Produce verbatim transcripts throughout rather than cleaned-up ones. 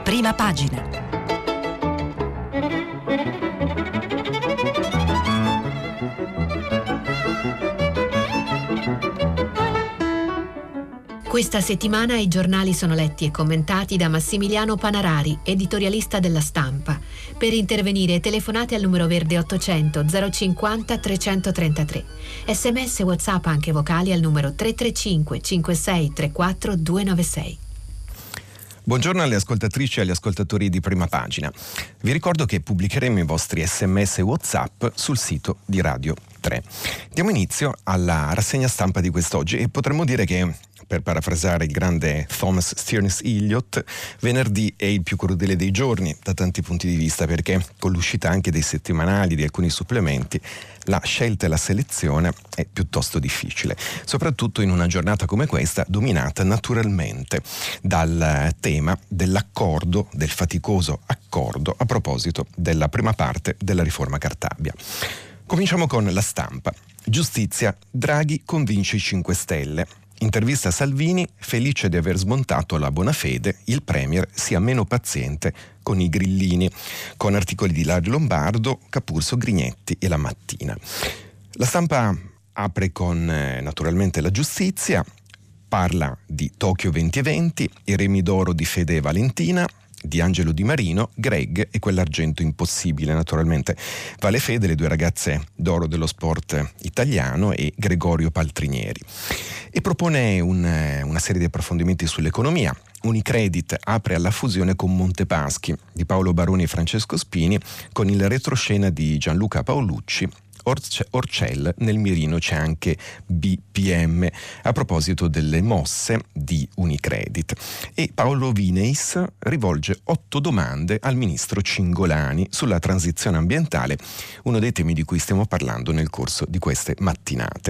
Prima pagina. Questa settimana i giornali sono letti e commentati da Massimiliano Panarari, editorialista della Stampa. Per intervenire telefonate al numero verde ottocento zero cinquanta trecentotrentatré. Sms e WhatsApp anche vocali al numero tre tre cinque cinque sei tre quattro due nove sei. Buongiorno alle ascoltatrici e agli ascoltatori di Prima Pagina. Vi ricordo che pubblicheremo i vostri sms e WhatsApp sul sito di Radio tre. Diamo inizio alla rassegna stampa di quest'oggi e potremmo dire che, per parafrasare il grande Thomas Stearns Eliot, venerdì è il più crudele dei giorni da tanti punti di vista, perché con l'uscita anche dei settimanali, di alcuni supplementi, la scelta e la selezione è piuttosto difficile, soprattutto in una giornata come questa dominata naturalmente dal tema dell'accordo, del faticoso accordo a proposito della prima parte della riforma Cartabia. Cominciamo con La Stampa. Giustizia, Draghi convince i cinque Stelle. Intervista a Salvini, felice di aver smontato la buona fede, il Premier sia meno paziente con i grillini, con articoli di Lario Lombardo, Capurso, Grignetti e La Mattina. La Stampa apre con eh, naturalmente la giustizia, parla di Tokyo duemilaventi, i remi d'oro di Fede e Valentina, di Angelo Di Marino, Greg e quell'argento impossibile, naturalmente Vale Fede, le due ragazze d'oro dello sport italiano, e Gregorio Paltrinieri. E propone un, una serie di approfondimenti sull'economia. Unicredit apre alla fusione con Montepaschi di Paolo Baroni e Francesco Spini, con il retroscena di Gianluca Paolucci. Orcel, nel mirino c'è anche B P M a proposito delle mosse di Unicredit. E Paolo Vineis rivolge otto domande al ministro Cingolani sulla transizione ambientale, uno dei temi di cui stiamo parlando nel corso di queste mattinate.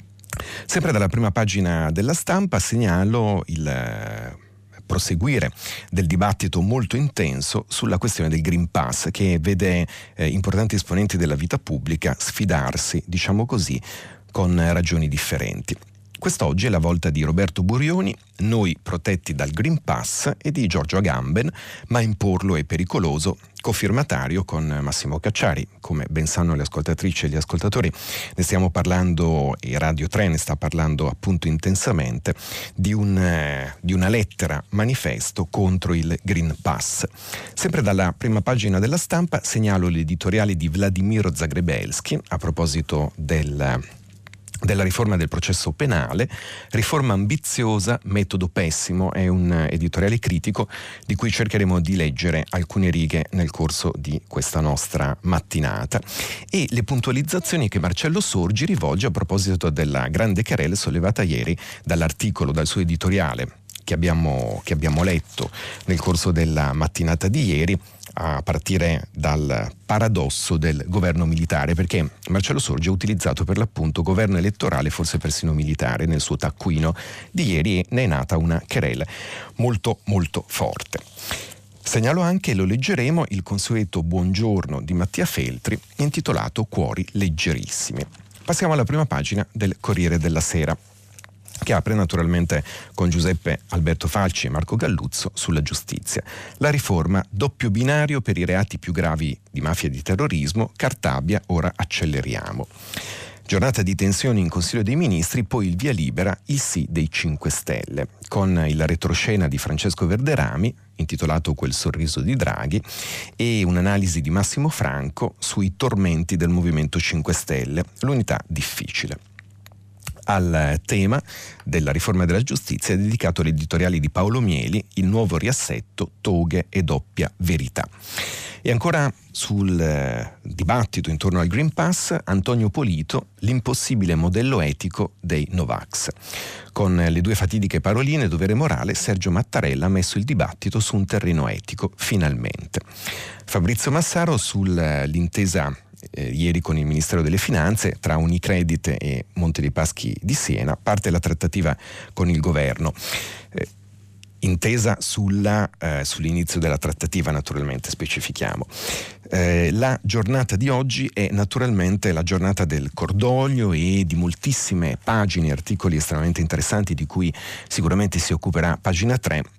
Sempre dalla prima pagina della Stampa segnalo il proseguire del dibattito molto intenso sulla questione del Green Pass, che vede eh, importanti esponenti della vita pubblica sfidarsi, diciamo così, con ragioni differenti. Quest'oggi è la volta di Roberto Burioni, noi protetti dal Green Pass, e di Giorgio Agamben, ma imporlo è pericoloso, cofirmatario con Massimo Cacciari. Come ben sanno le ascoltatrici e gli ascoltatori, ne stiamo parlando, e Radio tre ne sta parlando appunto intensamente, di, un, eh, di una lettera manifesto contro il Green Pass. Sempre dalla prima pagina della Stampa segnalo l'editoriale di Vladimiro Zagrebelski a proposito del della riforma del processo penale. Riforma ambiziosa, metodo pessimo, è un editoriale critico di cui cercheremo di leggere alcune righe nel corso di questa nostra mattinata, e le puntualizzazioni che Marcello Sorgi rivolge a proposito della grande querela sollevata ieri dall'articolo, dal suo editoriale che abbiamo, che abbiamo letto nel corso della mattinata di ieri, a partire dal paradosso del governo militare, perché Marcello Sorgi ha utilizzato per l'appunto governo elettorale, forse persino militare, nel suo taccuino di ieri, e ne è nata una querela molto molto forte. Segnalo anche, lo leggeremo, il consueto buongiorno di Mattia Feltri intitolato Cuori leggerissimi. Passiamo alla prima pagina del Corriere della Sera, che apre naturalmente con Giuseppe Alberto Falci e Marco Galluzzo sulla giustizia. La riforma, doppio binario per i reati più gravi di mafia e di terrorismo, Cartabia, ora acceleriamo. Giornata di tensioni in Consiglio dei Ministri, poi il via libera, il sì dei cinque Stelle, con il retroscena di Francesco Verderami, intitolato Quel sorriso di Draghi, e un'analisi di Massimo Franco sui tormenti del Movimento cinque Stelle, l'unità difficile. Al tema della riforma della giustizia è dedicato l'editoriale di Paolo Mieli, Il nuovo riassetto, toghe e doppia verità. E ancora sul eh, dibattito intorno al Green Pass, Antonio Polito, l'impossibile modello etico dei Novax. Con le due fatidiche paroline dovere morale, Sergio Mattarella ha messo il dibattito su un terreno etico, finalmente. Fabrizio Massaro sull'intesa Eh, ieri con il Ministero delle Finanze tra Unicredit e Monte dei Paschi di Siena, parte la trattativa con il governo. Eh, intesa sulla, eh, sull'inizio della trattativa, naturalmente, specifichiamo. Eh, la giornata di oggi è naturalmente la giornata del cordoglio e di moltissime pagine e articoli estremamente interessanti di cui sicuramente si occuperà Pagina tre,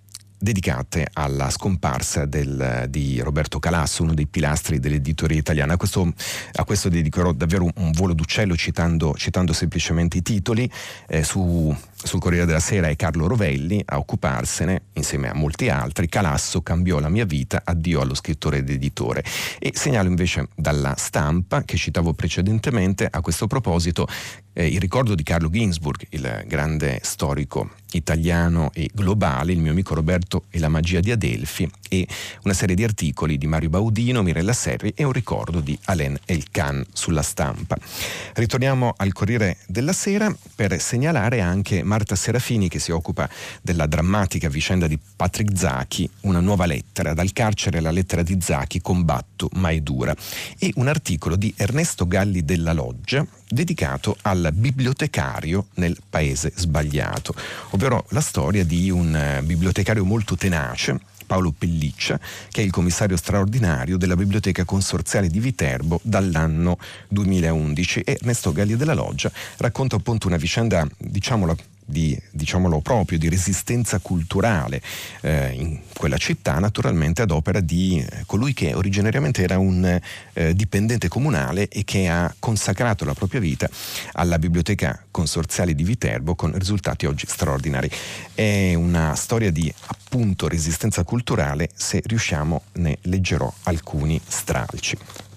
dedicate alla scomparsa del, di Roberto Calasso, uno dei pilastri dell'editoria italiana. A questo, a questo dedicherò davvero un, un volo d'uccello citando, citando semplicemente i titoli. Eh, su, sul Corriere della Sera è Carlo Rovelli a occuparsene, insieme a molti altri. Calasso cambiò la mia vita, addio allo scrittore ed editore. E segnalo invece dalla Stampa, che citavo precedentemente, a questo proposito eh, il ricordo di Carlo Ginzburg, il grande storico italiano e globale, Il mio amico Roberto e la magia di Adelphi, e una serie di articoli di Mario Baudino, Mirella Serri e un ricordo di Alain Elkann sulla Stampa. Ritorniamo al Corriere della Sera per segnalare anche Marta Serafini, che si occupa della drammatica vicenda di Patrick Zaki, una nuova lettera, dal carcere la lettera di Zaki, combatto ma è dura, e un articolo di Ernesto Galli della Loggia dedicato al bibliotecario nel paese sbagliato, ovvero la storia di un uh, bibliotecario molto tenace, Paolo Pelliccia, che è il commissario straordinario della Biblioteca Consorziale di Viterbo dall'anno duemilaundici. E Ernesto Galli della Loggia racconta appunto una vicenda, diciamola, di, diciamolo proprio, di resistenza culturale eh, in quella città, naturalmente ad opera di eh, colui che originariamente era un eh, dipendente comunale e che ha consacrato la propria vita alla Biblioteca Consorziale di Viterbo con risultati oggi straordinari. È una storia di appunto resistenza culturale. Se riusciamo ne leggerò alcuni stralci.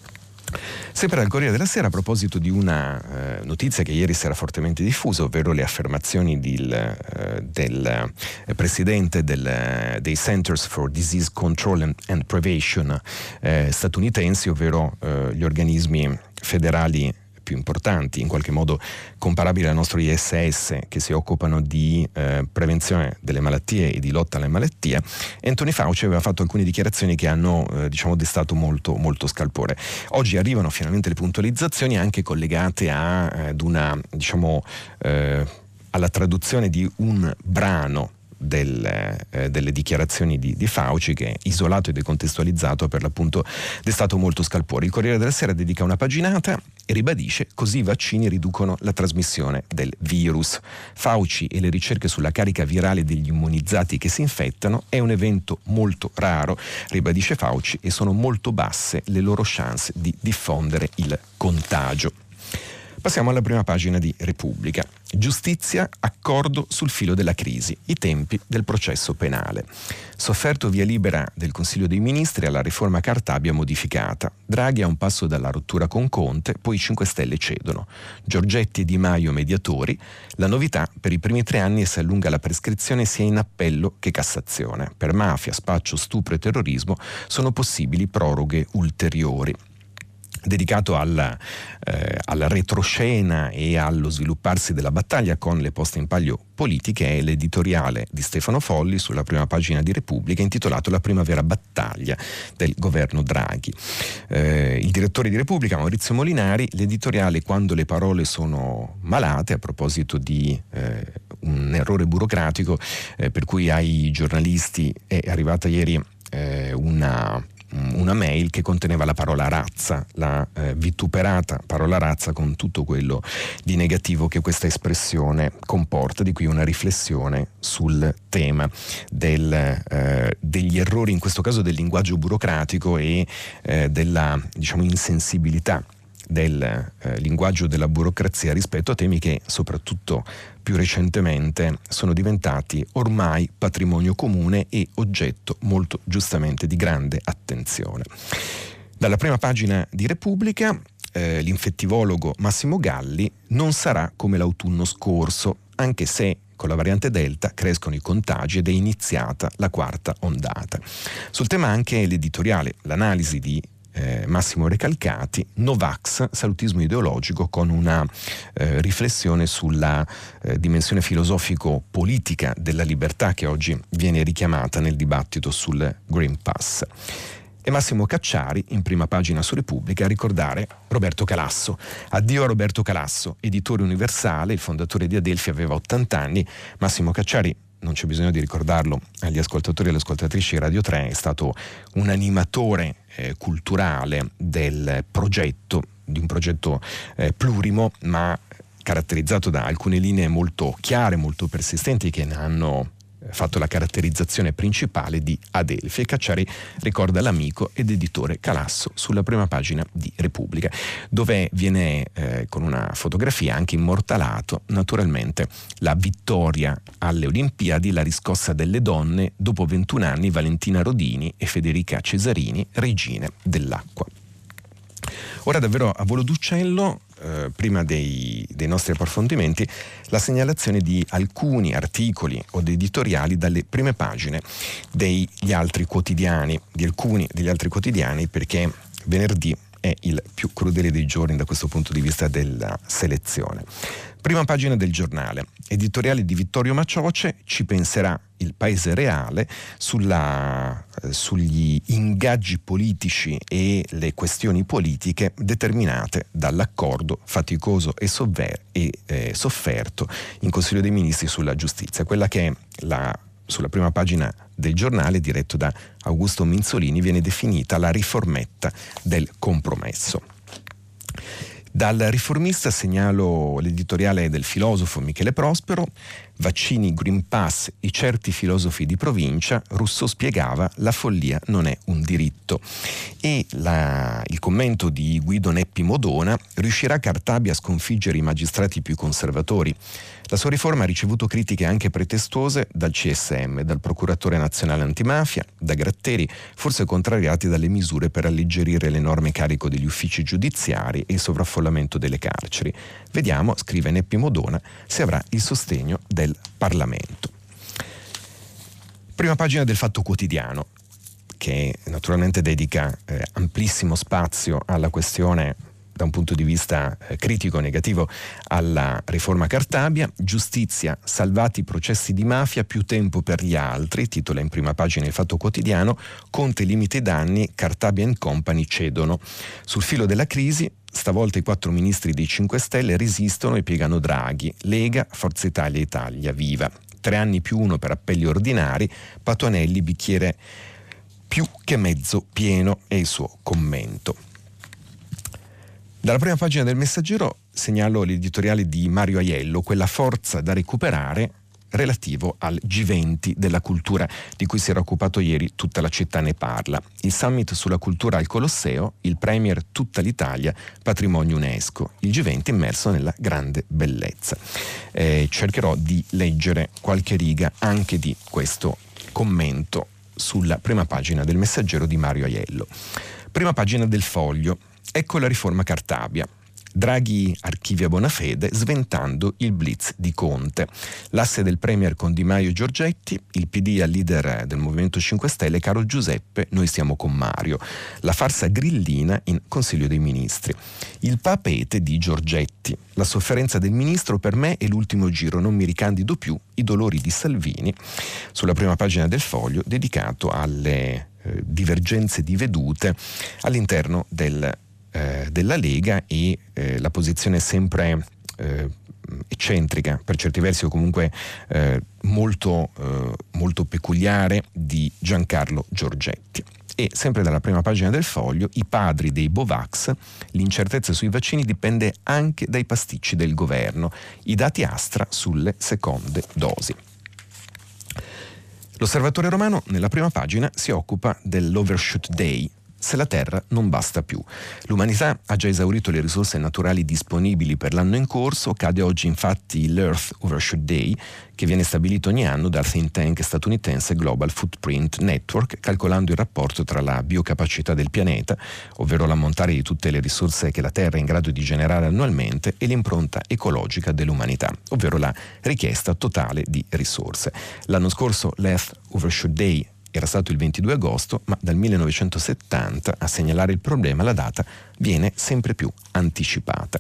Sempre dal Corriere della Sera, a proposito di una eh, notizia che ieri si era fortemente diffusa, ovvero le affermazioni del, eh, del eh, presidente del, dei Centers for Disease Control and, and Prevention eh, statunitensi, ovvero eh, gli organismi federali più importanti, in qualche modo comparabili al nostro I S S, che si occupano di eh, prevenzione delle malattie e di lotta alle malattie. Anthony Fauci aveva fatto alcune dichiarazioni che hanno eh, diciamo destato molto, molto scalpore. Oggi arrivano finalmente le puntualizzazioni, anche collegate a, ad una, diciamo, eh, alla traduzione di un brano Del, eh, delle dichiarazioni di, di Fauci, che è isolato e decontestualizzato, per l'appunto destato molto scalpore. Il Corriere della Sera dedica una paginata e ribadisce: così i vaccini riducono la trasmissione del virus. Fauci e le ricerche sulla carica virale degli immunizzati che si infettano è un evento molto raro, ribadisce Fauci, e sono molto basse le loro chance di diffondere il contagio. Passiamo alla prima pagina di Repubblica. Giustizia, accordo sul filo della crisi, i tempi del processo penale. Sofferto via libera del Consiglio dei Ministri alla riforma Cartabia modificata. Draghi a un passo dalla rottura con Conte, poi i cinque Stelle cedono. Giorgetti e Di Maio mediatori. La novità: per i primi tre anni si allunga la prescrizione sia in appello che Cassazione. Per mafia, spaccio, stupro e terrorismo sono possibili proroghe ulteriori. Dedicato alla, eh, alla retroscena e allo svilupparsi della battaglia con le poste in palio politiche, è l'editoriale di Stefano Folli sulla prima pagina di Repubblica, intitolato La primavera battaglia del governo Draghi. Eh, il direttore di Repubblica, Maurizio Molinari, l'editoriale Quando le parole sono malate, a proposito di eh, un errore burocratico eh, per cui ai giornalisti è arrivata ieri eh, una una mail che conteneva la parola razza, la eh, vituperata parola razza, con tutto quello di negativo che questa espressione comporta. Di qui una riflessione sul tema del, eh, degli errori, in questo caso del linguaggio burocratico e eh, della, diciamo, insensibilità del eh, linguaggio della burocrazia rispetto a temi che soprattutto più recentemente sono diventati ormai patrimonio comune e oggetto molto giustamente di grande attenzione. Dalla prima pagina di Repubblica, eh, l'infettivologo Massimo Galli: non sarà come l'autunno scorso, anche se con la variante Delta crescono i contagi ed è iniziata la quarta ondata. Sul tema anche l'editoriale, l'analisi di Eh, Massimo Recalcati, Novax, salutismo ideologico, con una eh, riflessione sulla eh, dimensione filosofico-politica della libertà che oggi viene richiamata nel dibattito sul Green Pass. E Massimo Cacciari, in prima pagina su Repubblica, a ricordare Roberto Calasso. Addio a Roberto Calasso, editore universale, il fondatore di Adelphi, aveva ottanta anni. Massimo Cacciari, non c'è bisogno di ricordarlo agli ascoltatori e alle ascoltatrici di Radio tre, è stato un animatore eh, culturale del progetto, di un progetto eh, plurimo, ma caratterizzato da alcune linee molto chiare, molto persistenti, che ne hanno fatto la caratterizzazione principale di Adelphi, e Cacciari ricorda l'amico ed editore Calasso sulla prima pagina di Repubblica, dove viene eh, con una fotografia anche immortalato naturalmente la vittoria alle Olimpiadi, la riscossa delle donne, dopo ventuno anni Valentina Rodini e Federica Cesarini, regine dell'acqua. Ora davvero a volo d'uccello, eh, prima dei, dei nostri approfondimenti, la segnalazione di alcuni articoli o di editoriali dalle prime pagine degli altri quotidiani, di alcuni degli altri quotidiani, perché venerdì è il più crudele dei giorni da questo punto di vista della selezione. Prima pagina del Giornale, editoriale di Vittorio Macioce, ci penserà il Paese Reale sulla, eh, sugli ingaggi politici e le questioni politiche determinate dall'accordo faticoso e, sovver- e eh, sofferto in Consiglio dei Ministri sulla giustizia, quella che è la, sulla prima pagina del Giornale, diretto da Augusto Minzolini, viene definita la riformetta del compromesso. Dal Riformista segnalo l'editoriale del filosofo Michele Prospero, vaccini, Green Pass e certi filosofi di provincia, Rousseau spiegava la follia non è un diritto. E la, il commento di Guido Neppi Modona, riuscirà Cartabia a sconfiggere i magistrati più conservatori? La sua riforma ha ricevuto critiche anche pretestuose dal C S M, dal Procuratore Nazionale Antimafia, da Gratteri, forse contrariati dalle misure per alleggerire l'enorme carico degli uffici giudiziari e il sovraffollamento delle carceri. Vediamo, scrive Neppi Modona, se avrà il sostegno del Parlamento. Prima pagina del Fatto Quotidiano, che naturalmente dedica eh, amplissimo spazio alla questione da un punto di vista eh, critico negativo alla riforma Cartabia. Giustizia, salvati i processi di mafia, più tempo per gli altri, titola in prima pagina il Fatto Quotidiano. Conte limita i danni, Cartabia and Company cedono. Sul filo della crisi, stavolta i quattro ministri dei cinque Stelle resistono e piegano Draghi. Lega, Forza Italia, Italia Viva. Tre anni più uno per appelli ordinari, Patuanelli, bicchiere più che mezzo pieno, è il suo commento. Dalla prima pagina del Messaggero segnalo l'editoriale di Mario Aiello, quella forza da recuperare, relativo al G venti della cultura, di cui si era occupato ieri Tutta la città ne parla. Il summit sulla cultura al Colosseo, il premier tutta l'Italia, patrimonio UNESCO. Il G venti immerso nella grande bellezza. Eh, cercherò di leggere qualche riga anche di questo commento sulla prima pagina del Messaggero di Mario Aiello. Prima pagina del Foglio. Ecco la riforma Cartabia. Draghi archivia Bonafede sventando il blitz di Conte. L'asse del premier con Di Maio e Giorgetti, il P D al leader del Movimento cinque Stelle, caro Giuseppe, noi siamo con Mario. La farsa grillina in Consiglio dei Ministri. Il papete di Giorgetti. La sofferenza del ministro per me è l'ultimo giro, non mi ricandido più, i dolori di Salvini. Sulla prima pagina del Foglio, dedicato alle eh, divergenze di vedute all'interno del della Lega e eh, la posizione sempre eh, eccentrica, per certi versi o comunque eh, molto, eh, molto peculiare, di Giancarlo Giorgetti. E sempre dalla prima pagina del Foglio, i padri dei Bovax, l'incertezza sui vaccini dipende anche dai pasticci del governo, i dati Astra sulle seconde dosi. L'Osservatore Romano nella prima pagina si occupa dell'Overshoot Day, se la Terra non basta più. L'umanità ha già esaurito le risorse naturali disponibili per l'anno in corso, cade oggi infatti l'Earth Overshoot Day, che viene stabilito ogni anno dal think tank statunitense Global Footprint Network, calcolando il rapporto tra la biocapacità del pianeta, ovvero l'ammontare di tutte le risorse che la Terra è in grado di generare annualmente, e l'impronta ecologica dell'umanità, ovvero la richiesta totale di risorse. L'anno scorso l'Earth Overshoot Day era stato il ventidue agosto, ma dal millenovecentosettanta a segnalare il problema la data viene sempre più anticipata.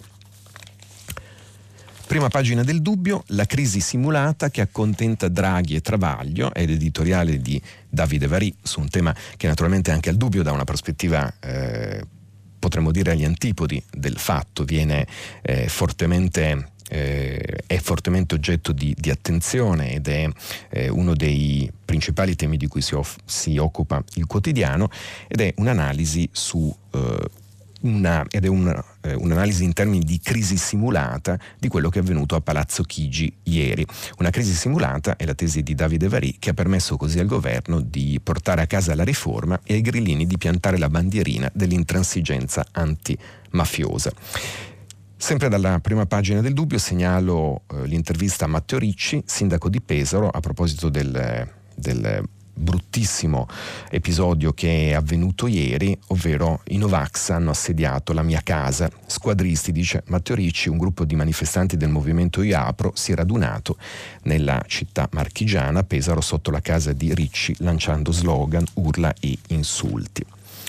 Prima pagina del Dubbio, la crisi simulata che accontenta Draghi e Travaglio, è l'editoriale di Davide Varì su un tema che naturalmente anche al Dubbio da una prospettiva eh, potremmo dire agli antipodi del Fatto viene eh, fortemente Eh, è fortemente oggetto di, di attenzione ed è eh, uno dei principali temi di cui si, off- si occupa il quotidiano, ed è un'analisi su eh, Una, ed è una, eh, un'analisi in termini di crisi simulata di quello che è avvenuto a Palazzo Chigi ieri. Una crisi simulata è la tesi di Davide Varì, che ha permesso così al governo di portare a casa la riforma e ai grillini di piantare la bandierina dell'intransigenza antimafiosa. Sempre dalla prima pagina del Dubbio segnalo eh, l'intervista a Matteo Ricci, sindaco di Pesaro, a proposito del, del bruttissimo episodio che è avvenuto ieri, ovvero i Novax hanno assediato la mia casa. Squadristi, dice Matteo Ricci, un gruppo di manifestanti del movimento Io Apro si è radunato nella città marchigiana, Pesaro, sotto la casa di Ricci, lanciando slogan, urla e insulti.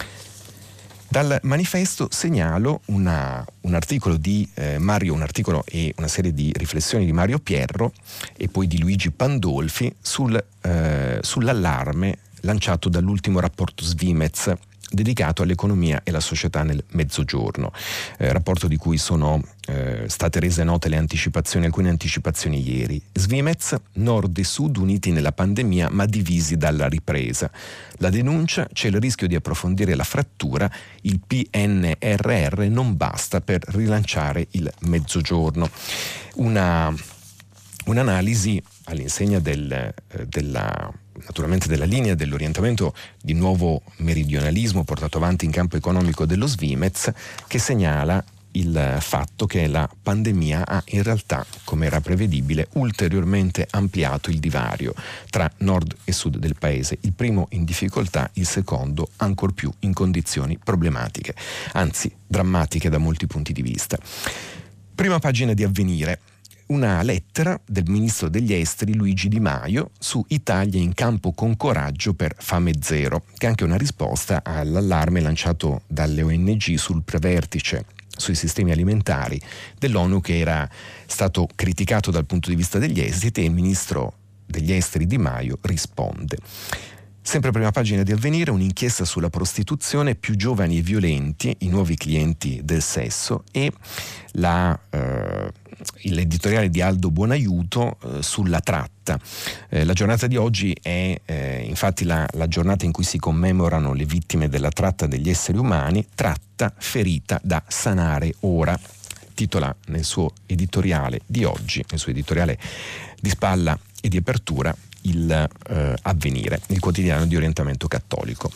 Dal manifesto segnalo una, un articolo di eh, Mario, un articolo e una serie di riflessioni di Mario Pierro e poi di Luigi Pandolfi sul, eh, sull'allarme lanciato dall'ultimo rapporto Svimez dedicato all'economia e alla società nel Mezzogiorno, eh, rapporto di cui sono eh, state rese note le anticipazioni, alcune anticipazioni ieri. Svimez, nord e sud uniti nella pandemia ma divisi dalla ripresa. La denuncia: c'è il rischio di approfondire la frattura, il P N R R non basta per rilanciare il Mezzogiorno. Una, un'analisi all'insegna del, eh, della naturalmente della linea dell'orientamento di nuovo meridionalismo portato avanti in campo economico dello Svimez, che segnala il fatto che la pandemia ha in realtà, come era prevedibile, ulteriormente ampliato il divario tra nord e sud del paese, il primo in difficoltà, il secondo ancor più in condizioni problematiche, anzi drammatiche da molti punti di vista. Prima pagina di Avvenire. Una lettera del ministro degli esteri Luigi Di Maio su Italia in campo con coraggio per fame zero, che è anche una risposta all'allarme lanciato dalle O N G sul prevertice sui sistemi alimentari dell'ONU, che era stato criticato dal punto di vista degli esiti, e il ministro degli esteri Di Maio risponde. Sempre prima pagina di Avvenire, un'inchiesta sulla prostituzione, più giovani e violenti, i nuovi clienti del sesso, e la, eh, l'editoriale di Aldo Buonaiuto eh, sulla tratta. Eh, la giornata di oggi è eh, infatti la, la giornata in cui si commemorano le vittime della tratta degli esseri umani, tratta ferita da sanare ora, titola nel suo editoriale di oggi, nel suo editoriale di spalla e di apertura, il eh, Avvenire, il quotidiano di orientamento cattolico.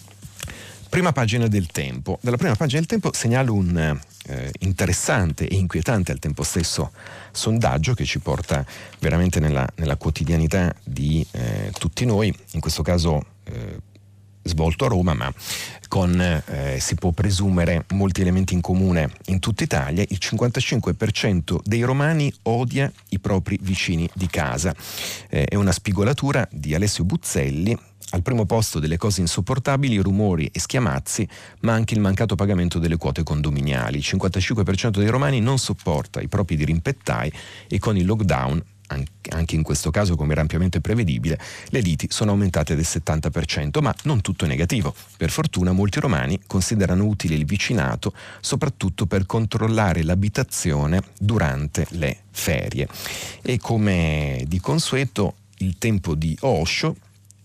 Prima pagina del Tempo. Dalla prima pagina del Tempo segnalo un eh, interessante e inquietante al tempo stesso sondaggio che ci porta veramente nella, nella quotidianità di eh, tutti noi, in questo caso eh, svolto a Roma, ma con, eh, si può presumere, molti elementi in comune in tutta Italia. Il cinquantacinque per cento dei romani odia i propri vicini di casa. Eh, è una spigolatura di Alessio Buzzelli. Al primo posto delle cose insopportabili, rumori e schiamazzi, ma anche il mancato pagamento delle quote condominiali. Il cinquantacinque per cento dei romani non sopporta i propri dirimpettai e con il lockdown, anche in questo caso come era ampiamente prevedibile, le liti sono aumentate del settanta per cento, ma non tutto è negativo. Per fortuna molti romani considerano utile il vicinato, soprattutto per controllare l'abitazione durante le ferie. E come di consueto il tempo di Osho,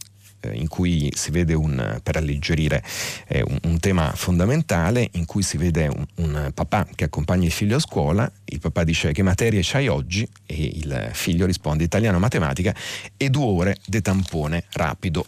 in cui si vede un, per alleggerire eh, un, un tema fondamentale, in cui si vede un, un papà che accompagna il figlio a scuola. Il papà dice: che materie c'hai oggi? E il figlio risponde: italiano, matematica e due ore de tampone rapido.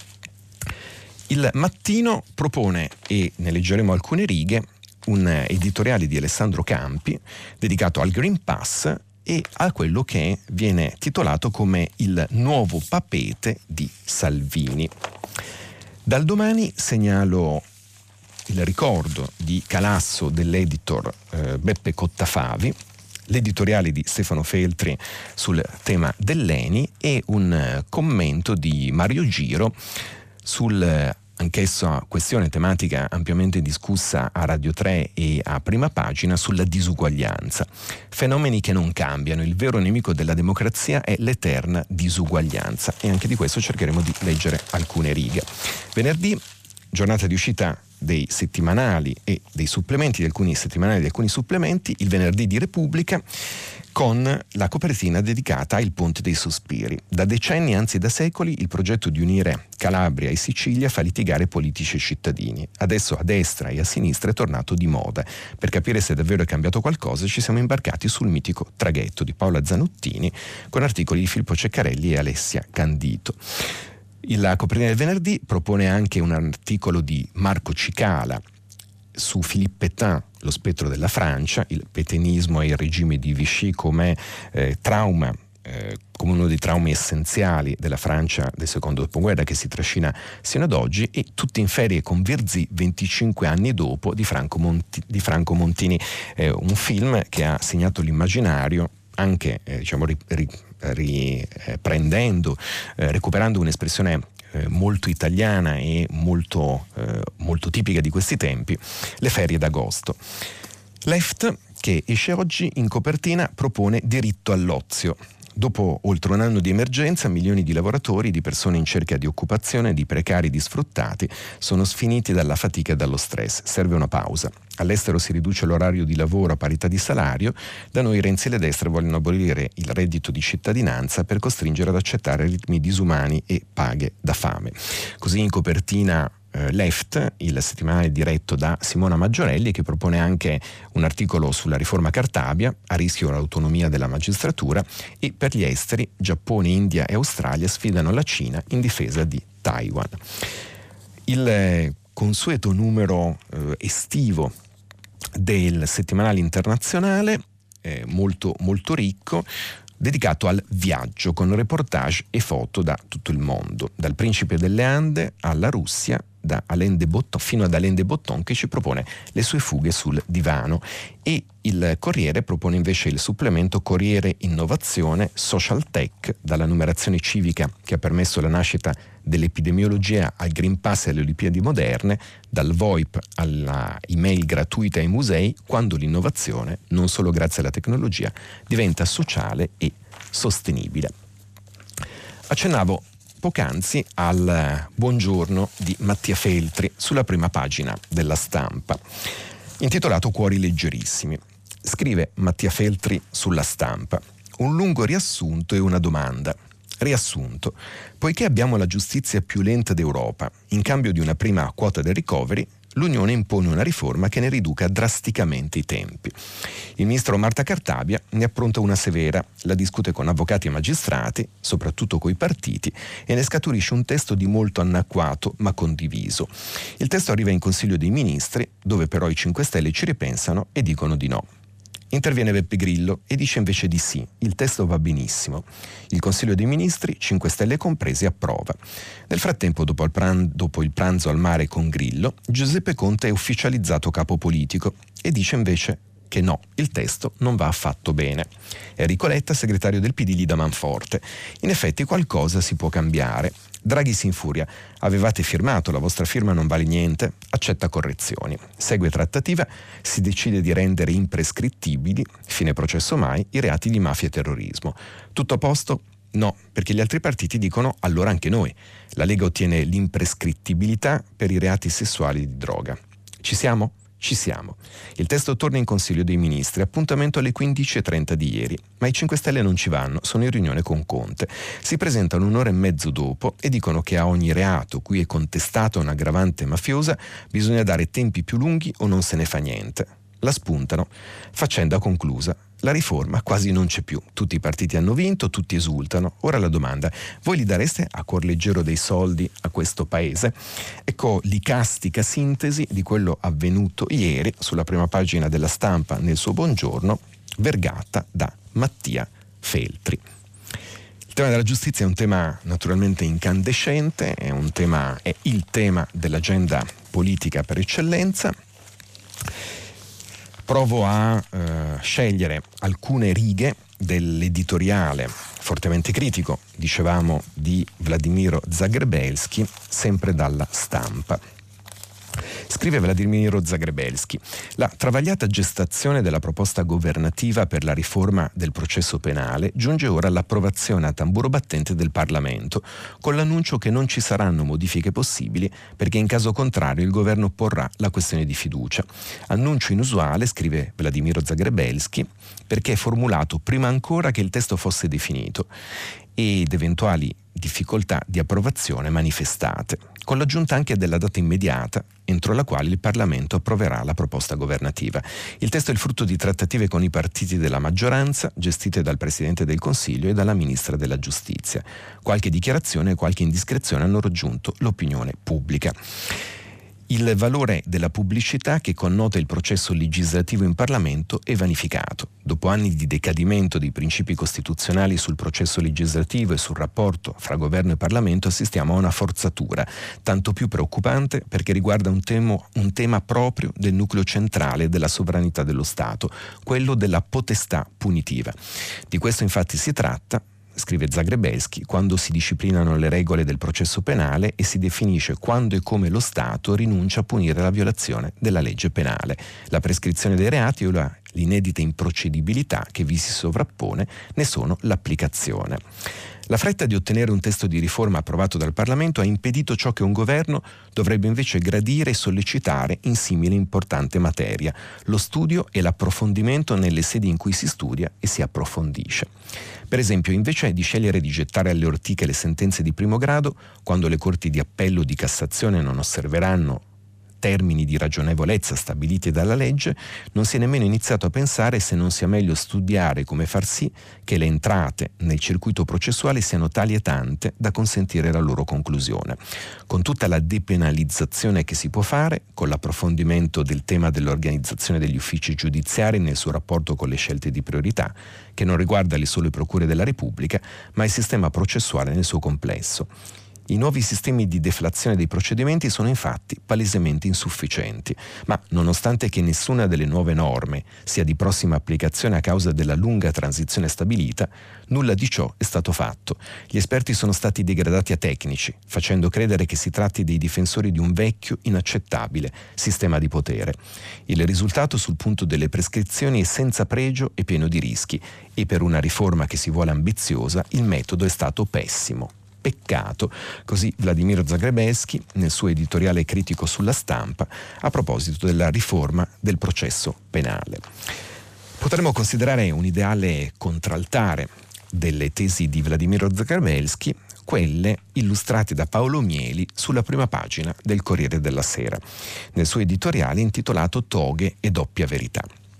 Il Mattino propone, e ne leggeremo alcune righe, un editoriale di Alessandro Campi dedicato al Green Pass e a quello che viene titolato come il nuovo papete di Salvini. Dal Domani segnalo il ricordo di Calasso dell'editor eh, Beppe Cottafavi, l'editoriale di Stefano Feltri sul tema dell'E N I e un eh, commento di Mario Giro sul eh, anch'essa questione tematica ampiamente discussa a Radio tre e a Prima Pagina, sulla disuguaglianza. Fenomeni che non cambiano, il vero nemico della democrazia è l'eterna disuguaglianza, e anche di questo cercheremo di leggere alcune righe. Venerdì, giornata di uscita dei settimanali e dei supplementi, di alcuni settimanali e di alcuni supplementi, il venerdì di Repubblica, con la copertina dedicata al Ponte dei Sospiri. Da decenni, anzi da secoli, il progetto di unire Calabria e Sicilia fa litigare politici e cittadini. Adesso a destra e a sinistra è tornato di moda. Per capire se davvero è cambiato qualcosa ci siamo imbarcati sul mitico traghetto di Paola Zanottini con articoli di Filippo Ceccarelli e Alessia Candito. La copertina del venerdì propone anche un articolo di Marco Cicala su Philippe Pétain, lo spettro della Francia, il petenismo e il regime di Vichy come eh, trauma, eh, come uno dei traumi essenziali della Francia del secondo dopoguerra che si trascina sino ad oggi, e Tutti in ferie con Virzì venticinque anni dopo di Franco, Monti, di Franco Montini, eh, un film che ha segnato l'immaginario anche eh, diciamo riprendendo, eh, recuperando un'espressione eh, molto italiana e molto, eh, molto tipica di questi tempi, le ferie d'agosto. Left, che esce oggi, in copertina propone diritto all'ozio. Dopo oltre un anno di emergenza, milioni di lavoratori, di persone in cerca di occupazione, di precari, di sfruttati, sono sfiniti dalla fatica e dallo stress. Serve una pausa. All'estero si riduce l'orario di lavoro a parità di salario. Da noi Renzi e le destre vogliono abolire il reddito di cittadinanza per costringere ad accettare ritmi disumani e paghe da fame. Così in copertina Left, il settimanale diretto da Simona Maggiorelli, che propone anche un articolo sulla riforma Cartabia, a rischio l'autonomia della magistratura, e per gli esteri Giappone, India e Australia sfidano la Cina in difesa di Taiwan. Il eh, consueto numero eh, estivo del settimanale internazionale, eh, molto, molto ricco, dedicato al viaggio, con reportage e foto da tutto il mondo, dal principe delle Ande alla Russia, da Alain de Botton, fino ad Alain de Botton, che ci propone le sue fughe sul divano. E il Corriere propone invece il supplemento Corriere Innovazione Social Tech, dalla numerazione civica che ha permesso la nascita dell'epidemiologia al Green Pass e alle Olimpiadi moderne, dal VoIP alla email gratuita ai musei, quando l'innovazione, non solo grazie alla tecnologia, diventa sociale e sostenibile. Accennavo poc'anzi al buongiorno di Mattia Feltri sulla prima pagina della Stampa, intitolato Cuori leggerissimi. Scrive Mattia Feltri sulla Stampa: un lungo riassunto e una domanda. Riassunto: poiché abbiamo la giustizia più lenta d'Europa, in cambio di una prima quota del recovery, l'Unione impone una riforma che ne riduca drasticamente i tempi. Il ministro Marta Cartabia ne appronta una severa, la discute con avvocati e magistrati, soprattutto coi partiti, e ne scaturisce un testo di molto anacquato ma condiviso. Il testo arriva in Consiglio dei Ministri, dove però i cinque Stelle ci ripensano e dicono di no. Interviene Beppe Grillo e dice invece di sì, il testo va benissimo. Il Consiglio dei Ministri, cinque Stelle compresi, approva. Nel frattempo, dopo il, pran- dopo il pranzo al mare con Grillo, Giuseppe Conte è ufficializzato capo politico e dice invece che no, il testo non va affatto bene. Enrico Letta, segretario del P D, gli dà manforte. In effetti qualcosa si può cambiare. Draghi si infuria: avevate firmato, la vostra firma non vale niente, accetta correzioni. Segue trattativa, si decide di rendere imprescrittibili, fine processo mai, i reati di mafia e terrorismo. Tutto a posto? No, perché gli altri partiti dicono allora anche noi. La Lega ottiene l'imprescrittibilità per i reati sessuali di droga. Ci siamo? Ci siamo. Il testo torna in Consiglio dei Ministri, appuntamento alle quindici e trenta di ieri, ma i cinque Stelle non ci vanno, sono in riunione con Conte. Si presentano un'ora e mezzo dopo e dicono che a ogni reato cui è contestata un'aggravante mafiosa bisogna dare tempi più lunghi o non se ne fa niente. La spuntano. Faccenda conclusa. La riforma quasi non c'è più. Tutti i partiti hanno vinto, tutti esultano. Ora la domanda: voi li dareste a cuor leggero dei soldi a questo paese? Ecco l'icastica sintesi di quello avvenuto ieri sulla prima pagina della Stampa nel suo buongiorno, vergata da Mattia Feltri. Il tema della giustizia è un tema naturalmente incandescente, è un tema, è il tema dell'agenda politica per eccellenza. Provo a eh, scegliere alcune righe dell'editoriale fortemente critico, dicevamo, di Vladimiro Zagrebelsky, sempre dalla Stampa. Scrive Vladimiro Zagrebelsky: la travagliata gestazione della proposta governativa per la riforma del processo penale giunge ora all'approvazione a tamburo battente del Parlamento, con l'annuncio che non ci saranno modifiche possibili perché in caso contrario il governo porrà la questione di fiducia. Annuncio inusuale, scrive Vladimiro Zagrebelsky, perché è formulato prima ancora che il testo fosse definito ed eventuali difficoltà di approvazione manifestate, con l'aggiunta anche della data immediata entro la quale il Parlamento approverà la proposta governativa. Il testo è il frutto di trattative con i partiti della maggioranza, gestite dal Presidente del Consiglio e dalla Ministra della Giustizia. Qualche dichiarazione e qualche indiscrezione hanno raggiunto l'opinione pubblica. Il valore della pubblicità che connota il processo legislativo in Parlamento è vanificato. Dopo anni di decadimento dei principi costituzionali sul processo legislativo e sul rapporto fra governo e Parlamento, assistiamo a una forzatura, tanto più preoccupante perché riguarda un, temo, un tema proprio del nucleo centrale della sovranità dello Stato, quello della potestà punitiva. Di questo infatti si tratta, scrive Zagrebelsky, quando si disciplinano le regole del processo penale e si definisce quando e come lo Stato rinuncia a punire la violazione della legge penale, la prescrizione dei reati o la, l'inedita improcedibilità che vi si sovrappone ne sono l'applicazione. La fretta di ottenere un testo di riforma approvato dal Parlamento ha impedito ciò che un governo dovrebbe invece gradire e sollecitare in simile importante materia: lo studio e l'approfondimento nelle sedi in cui si studia e si approfondisce. Per esempio, invece di scegliere di gettare alle ortiche le sentenze di primo grado, quando le corti di appello o di Cassazione non osserveranno termini di ragionevolezza stabiliti dalla legge, non si è nemmeno iniziato a pensare se non sia meglio studiare come far sì che le entrate nel circuito processuale siano tali e tante da consentire la loro conclusione. Con tutta la depenalizzazione che si può fare, con l'approfondimento del tema dell'organizzazione degli uffici giudiziari nel suo rapporto con le scelte di priorità, che non riguarda le sole procure della Repubblica, ma il sistema processuale nel suo complesso. I nuovi sistemi di deflazione dei procedimenti sono infatti palesemente insufficienti, ma nonostante che nessuna delle nuove norme sia di prossima applicazione a causa della lunga transizione stabilita, nulla di ciò è stato fatto. Gli esperti sono stati degradati a tecnici, facendo credere che si tratti dei difensori di un vecchio, inaccettabile sistema di potere. Il risultato sul punto delle prescrizioni è senza pregio e pieno di rischi, e per una riforma che si vuole ambiziosa il metodo è stato pessimo. Peccato, così Vladimiro Zagrebelsky nel suo editoriale critico sulla Stampa a proposito della riforma del processo penale. Potremmo considerare un ideale contraltare delle tesi di Vladimiro Zagrebelsky quelle illustrate da Paolo Mieli sulla prima pagina del Corriere della Sera, nel suo editoriale intitolato Toghe e doppia verità.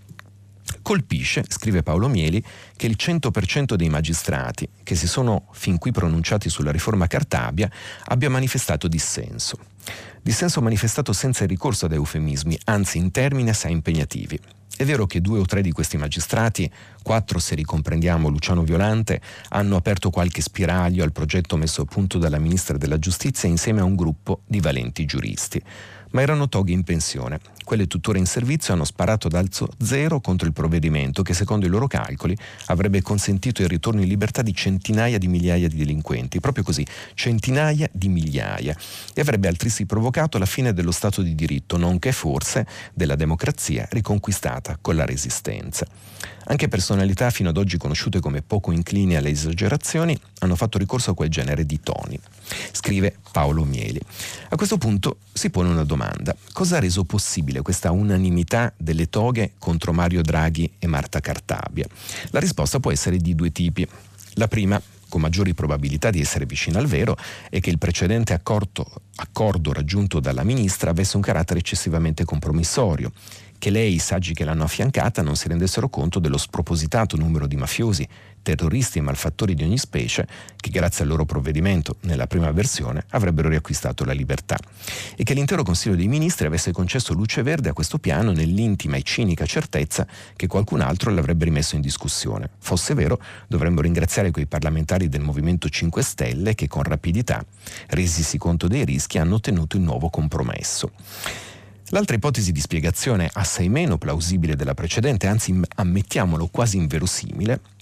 Colpisce, scrive Paolo Mieli, che il cento per cento dei magistrati che si sono fin qui pronunciati sulla riforma Cartabia abbia manifestato dissenso. Dissenso manifestato senza il ricorso ad eufemismi, anzi in termini assai impegnativi. È vero che due o tre di questi magistrati, quattro se ricomprendiamo Luciano Violante, hanno aperto qualche spiraglio al progetto messo a punto dalla Ministra della Giustizia insieme a un gruppo di valenti giuristi. Ma erano toghe in pensione. Quelle tuttora in servizio hanno sparato ad alzo zero contro il provvedimento che, secondo i loro calcoli, avrebbe consentito il ritorno in libertà di centinaia di migliaia di delinquenti, proprio così, centinaia di migliaia, e avrebbe altresì provocato la fine dello Stato di diritto, nonché forse della democrazia riconquistata con la Resistenza. Anche personalità fino ad oggi conosciute come poco inclini alle esagerazioni hanno fatto ricorso a quel genere di toni, scrive Paolo Mieli. A questo punto si pone una domanda: cosa ha reso possibile questa unanimità delle toghe contro Mario Draghi e Marta Cartabia? La risposta può essere di due tipi. La prima, con maggiori probabilità di essere vicina al vero, è che il precedente accordo, accordo raggiunto dalla ministra avesse un carattere eccessivamente compromissorio, che lei e i saggi che l'hanno affiancata non si rendessero conto dello spropositato numero di mafiosi, terroristi e malfattori di ogni specie che grazie al loro provvedimento nella prima versione avrebbero riacquistato la libertà, e che l'intero Consiglio dei Ministri avesse concesso luce verde a questo piano nell'intima e cinica certezza che qualcun altro l'avrebbe rimesso in discussione. Fosse vero, dovremmo ringraziare quei parlamentari del Movimento cinque Stelle che con rapidità, resisi conto dei rischi, hanno ottenuto il nuovo compromesso. L'altra ipotesi di spiegazione, assai meno plausibile della precedente, anzi ammettiamolo quasi inverosimile,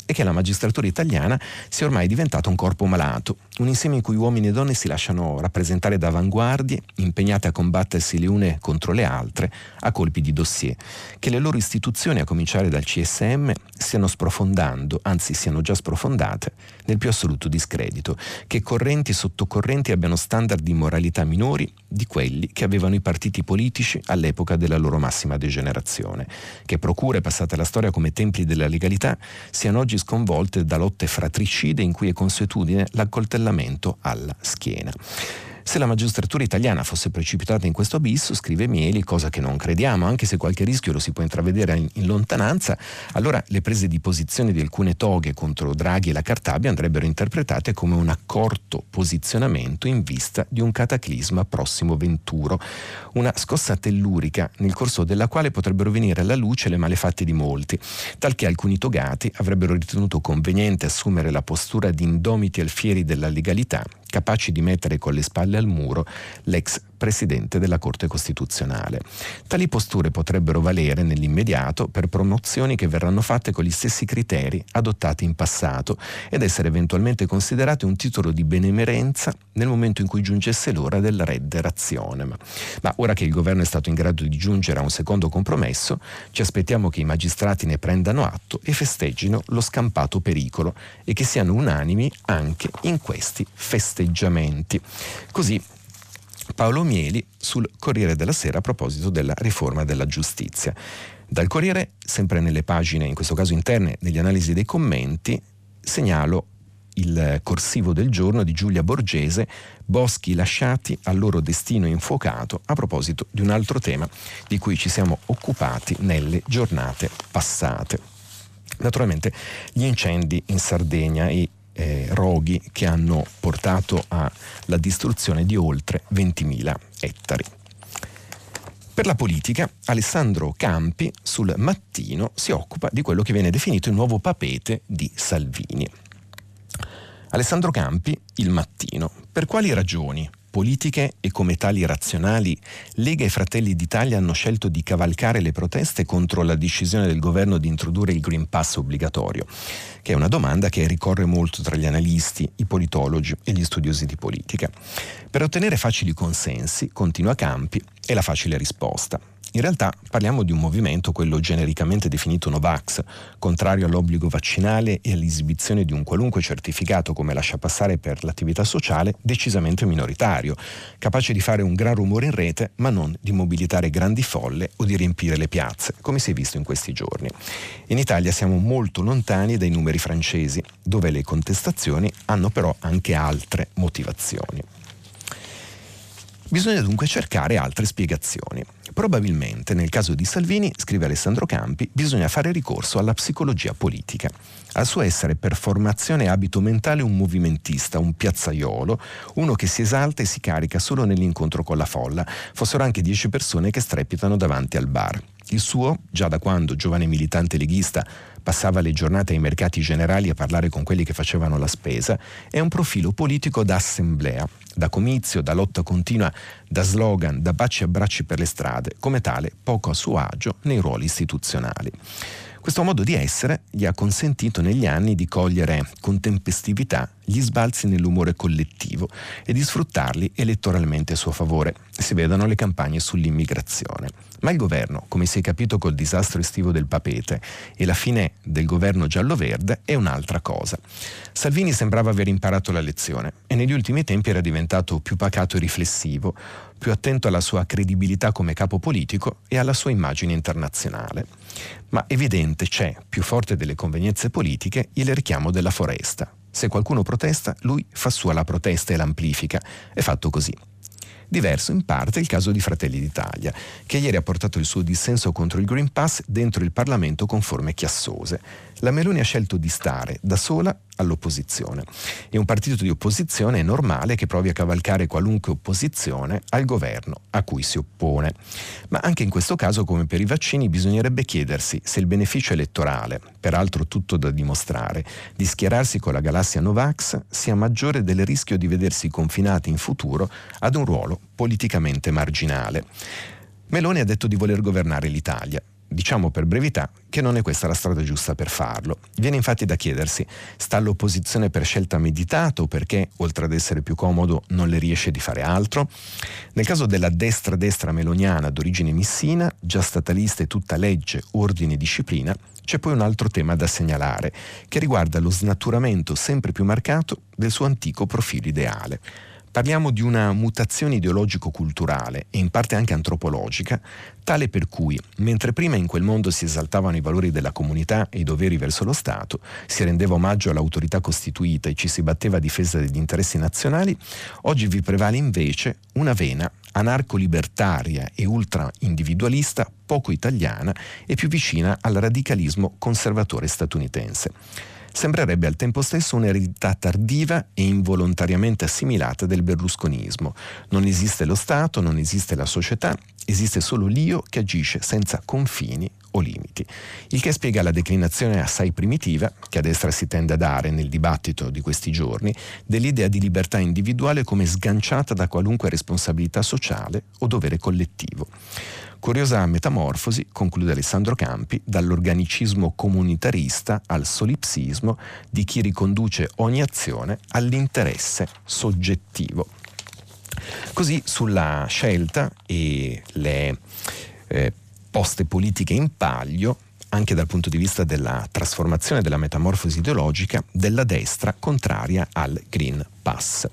è che la magistratura italiana sia ormai diventata un corpo malato, un insieme in cui uomini e donne si lasciano rappresentare da avanguardie, impegnate a combattersi le une contro le altre a colpi di dossier, che le loro istituzioni, a cominciare dal C S M, stiano sprofondando, anzi siano già sprofondate, nel più assoluto discredito, che correnti e sottocorrenti abbiano standard di moralità minori di quelli che avevano i partiti politici all'epoca della loro massima degenerazione, che procure passate alla storia come templi della legalità siano oggi sconvolte da lotte fratricide in cui è consuetudine l'accoltellamento alla schiena. Se la magistratura italiana fosse precipitata in questo abisso, scrive Mieli, cosa che non crediamo, anche se qualche rischio lo si può intravedere in, in lontananza, allora le prese di posizione di alcune toghe contro Draghi e la Cartabia andrebbero interpretate come un accorto posizionamento in vista di un cataclisma prossimo venturo, una scossa tellurica nel corso della quale potrebbero venire alla luce le malefatte di molti, talché alcuni togati avrebbero ritenuto conveniente assumere la postura di indomiti alfieri della legalità, capaci di mettere con le spalle al muro l'ex presidente della Corte Costituzionale. Tali posture potrebbero valere nell'immediato per promozioni che verranno fatte con gli stessi criteri adottati in passato ed essere eventualmente considerate un titolo di benemerenza nel momento in cui giungesse l'ora della redde razionem. Ma ora che il governo è stato in grado di giungere a un secondo compromesso, ci aspettiamo che i magistrati ne prendano atto e festeggino lo scampato pericolo e che siano unanimi anche in questi festeggiamenti. Così Paolo Mieli sul Corriere della Sera a proposito della riforma della giustizia. Dal Corriere, sempre nelle pagine, in questo caso interne, degli analisi dei commenti, segnalo il corsivo del giorno di Giulia Borgese, boschi lasciati al loro destino infuocato, a proposito di un altro tema di cui ci siamo occupati nelle giornate passate. Naturalmente gli incendi in Sardegna e Eh, roghi che hanno portato alla distruzione di oltre ventimila ettari. Per la politica, Alessandro Campi sul Mattino si occupa di quello che viene definito il nuovo papete di Salvini. Alessandro Campi, Il Mattino. Per quali ragioni politiche e come tali razionali, Lega e Fratelli d'Italia hanno scelto di cavalcare le proteste contro la decisione del governo di introdurre il Green Pass obbligatorio, che è una domanda che ricorre molto tra gli analisti, i politologi e gli studiosi di politica. Per ottenere facili consensi, continua Campi, è la facile risposta. In realtà parliamo di un movimento, quello genericamente definito Novax, contrario all'obbligo vaccinale e all'esibizione di un qualunque certificato come lasciapassare per l'attività sociale, decisamente minoritario, capace di fare un gran rumore in rete ma non di mobilitare grandi folle o di riempire le piazze, come si è visto in questi giorni. In Italia siamo molto lontani dai numeri francesi, dove le contestazioni hanno però anche altre motivazioni. Bisogna dunque cercare altre spiegazioni. Probabilmente nel caso di Salvini, scrive Alessandro Campi, bisogna fare ricorso alla psicologia politica. Al suo essere per formazione e abito mentale un movimentista, un piazzaiolo, uno che si esalta e si carica solo nell'incontro con la folla, fossero anche dieci persone che strepitano davanti al bar. Il suo, già da quando, giovane militante leghista, passava le giornate ai mercati generali a parlare con quelli che facevano la spesa, è un profilo politico da assemblea, da comizio, da lotta continua, da slogan, da baci e abbracci per le strade, come tale poco a suo agio nei ruoli istituzionali. Questo modo di essere gli ha consentito negli anni di cogliere con tempestività gli sbalzi nell'umore collettivo e di sfruttarli elettoralmente a suo favore. Si vedano le campagne sull'immigrazione. Ma il governo, come si è capito col disastro estivo del Papete e la fine del governo giallo-verde, è un'altra cosa. Salvini sembrava aver imparato la lezione e negli ultimi tempi era diventato più pacato e riflessivo, più attento alla sua credibilità come capo politico e alla sua immagine internazionale. Ma evidente c'è, più forte delle convenienze politiche, il richiamo della foresta. Se qualcuno protesta, lui fa sua la protesta e l'amplifica. È fatto così. Diverso in parte il caso di Fratelli d'Italia, che ieri ha portato il suo dissenso contro il Green Pass dentro il Parlamento con forme chiassose. La Meloni ha scelto di stare da sola all'opposizione. E un partito di opposizione è normale che provi a cavalcare qualunque opposizione al governo a cui si oppone. Ma anche in questo caso, come per i vaccini, bisognerebbe chiedersi se il beneficio elettorale, peraltro tutto da dimostrare, di schierarsi con la galassia Novax sia maggiore del rischio di vedersi confinati in futuro ad un ruolo politicamente marginale. Meloni ha detto di voler governare l'Italia. diciamo per brevità che non è questa la strada giusta per farlo. Viene infatti da chiedersi: sta all'opposizione per scelta meditata o perché, oltre ad essere più comodo, non le riesce di fare altro? Nel caso della destra-destra meloniana d'origine missina, già statalista e tutta legge, ordine e disciplina, c'è poi un altro tema da segnalare, che riguarda lo snaturamento sempre più marcato del suo antico profilo ideale. Parliamo di una mutazione ideologico-culturale e in parte anche antropologica, tale per cui, mentre prima in quel mondo si esaltavano i valori della comunità e i doveri verso lo Stato, si rendeva omaggio all'autorità costituita e ci si batteva a difesa degli interessi nazionali, oggi vi prevale invece una vena anarco-libertaria e ultra-individualista poco italiana e più vicina al radicalismo conservatore statunitense. Sembrerebbe al tempo stesso un'eredità tardiva e involontariamente assimilata del berlusconismo. Non esiste lo Stato, non esiste la società, esiste solo l'io che agisce senza confini o limiti. Il che spiega la declinazione assai primitiva, che a destra si tende a dare nel dibattito di questi giorni, dell'idea di libertà individuale come sganciata da qualunque responsabilità sociale o dovere collettivo. Curiosa metamorfosi, conclude Alessandro Campi, dall'organicismo comunitarista al solipsismo di chi riconduce ogni azione all'interesse soggettivo. Così sulla scelta e le eh, poste politiche in palio, anche dal punto di vista della trasformazione, della metamorfosi ideologica della destra contraria al Green Pass.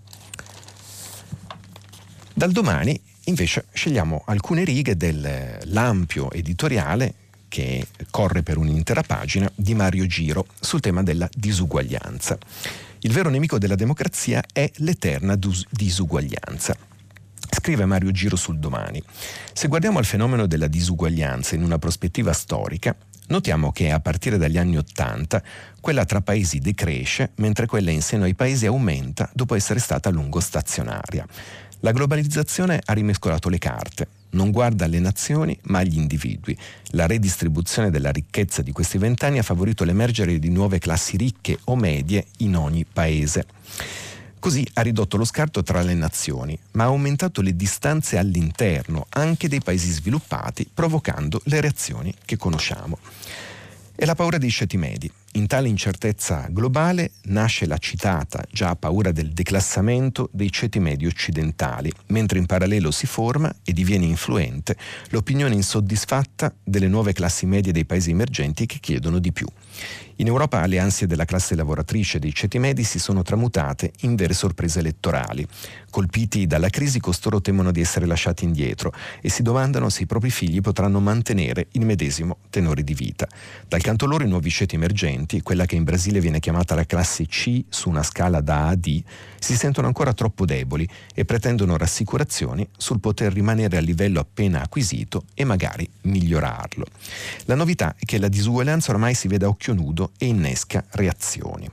Dal Domani invece scegliamo alcune righe dell'ampio editoriale che corre per un'intera pagina di Mario Giro sul tema della disuguaglianza. Il vero nemico della democrazia è l'eterna dus- disuguaglianza. Scrive Mario Giro sul Domani: se guardiamo al fenomeno della disuguaglianza in una prospettiva storica, notiamo che a partire dagli anni Ottanta quella tra paesi decresce, mentre quella in seno ai paesi aumenta dopo essere stata a lungo stazionaria. La globalizzazione ha rimescolato le carte, non guarda alle nazioni ma agli individui. La redistribuzione della ricchezza di questi vent'anni ha favorito l'emergere di nuove classi ricche o medie in ogni paese. Così ha ridotto lo scarto tra le nazioni, ma ha aumentato le distanze all'interno anche dei paesi sviluppati, provocando le reazioni che conosciamo. E la paura dei ceti medi. In tale incertezza globale nasce la citata già paura del declassamento dei ceti medi occidentali, mentre in parallelo si forma e diviene influente l'opinione insoddisfatta delle nuove classi medie dei paesi emergenti che chiedono di più. In Europa le ansie della classe lavoratrice dei ceti medi si sono tramutate in vere sorprese elettorali. Colpiti dalla crisi, costoro temono di essere lasciati indietro e si domandano se i propri figli potranno mantenere il medesimo tenore di vita. Dal canto loro i nuovi ceti emergenti, quella che in Brasile viene chiamata la classe C su una scala da A a D, si sentono ancora troppo deboli e pretendono rassicurazioni sul poter rimanere al livello appena acquisito e magari migliorarlo. La novità è che la disuguaglianza ormai si vede a occhio nudo e innesca reazioni.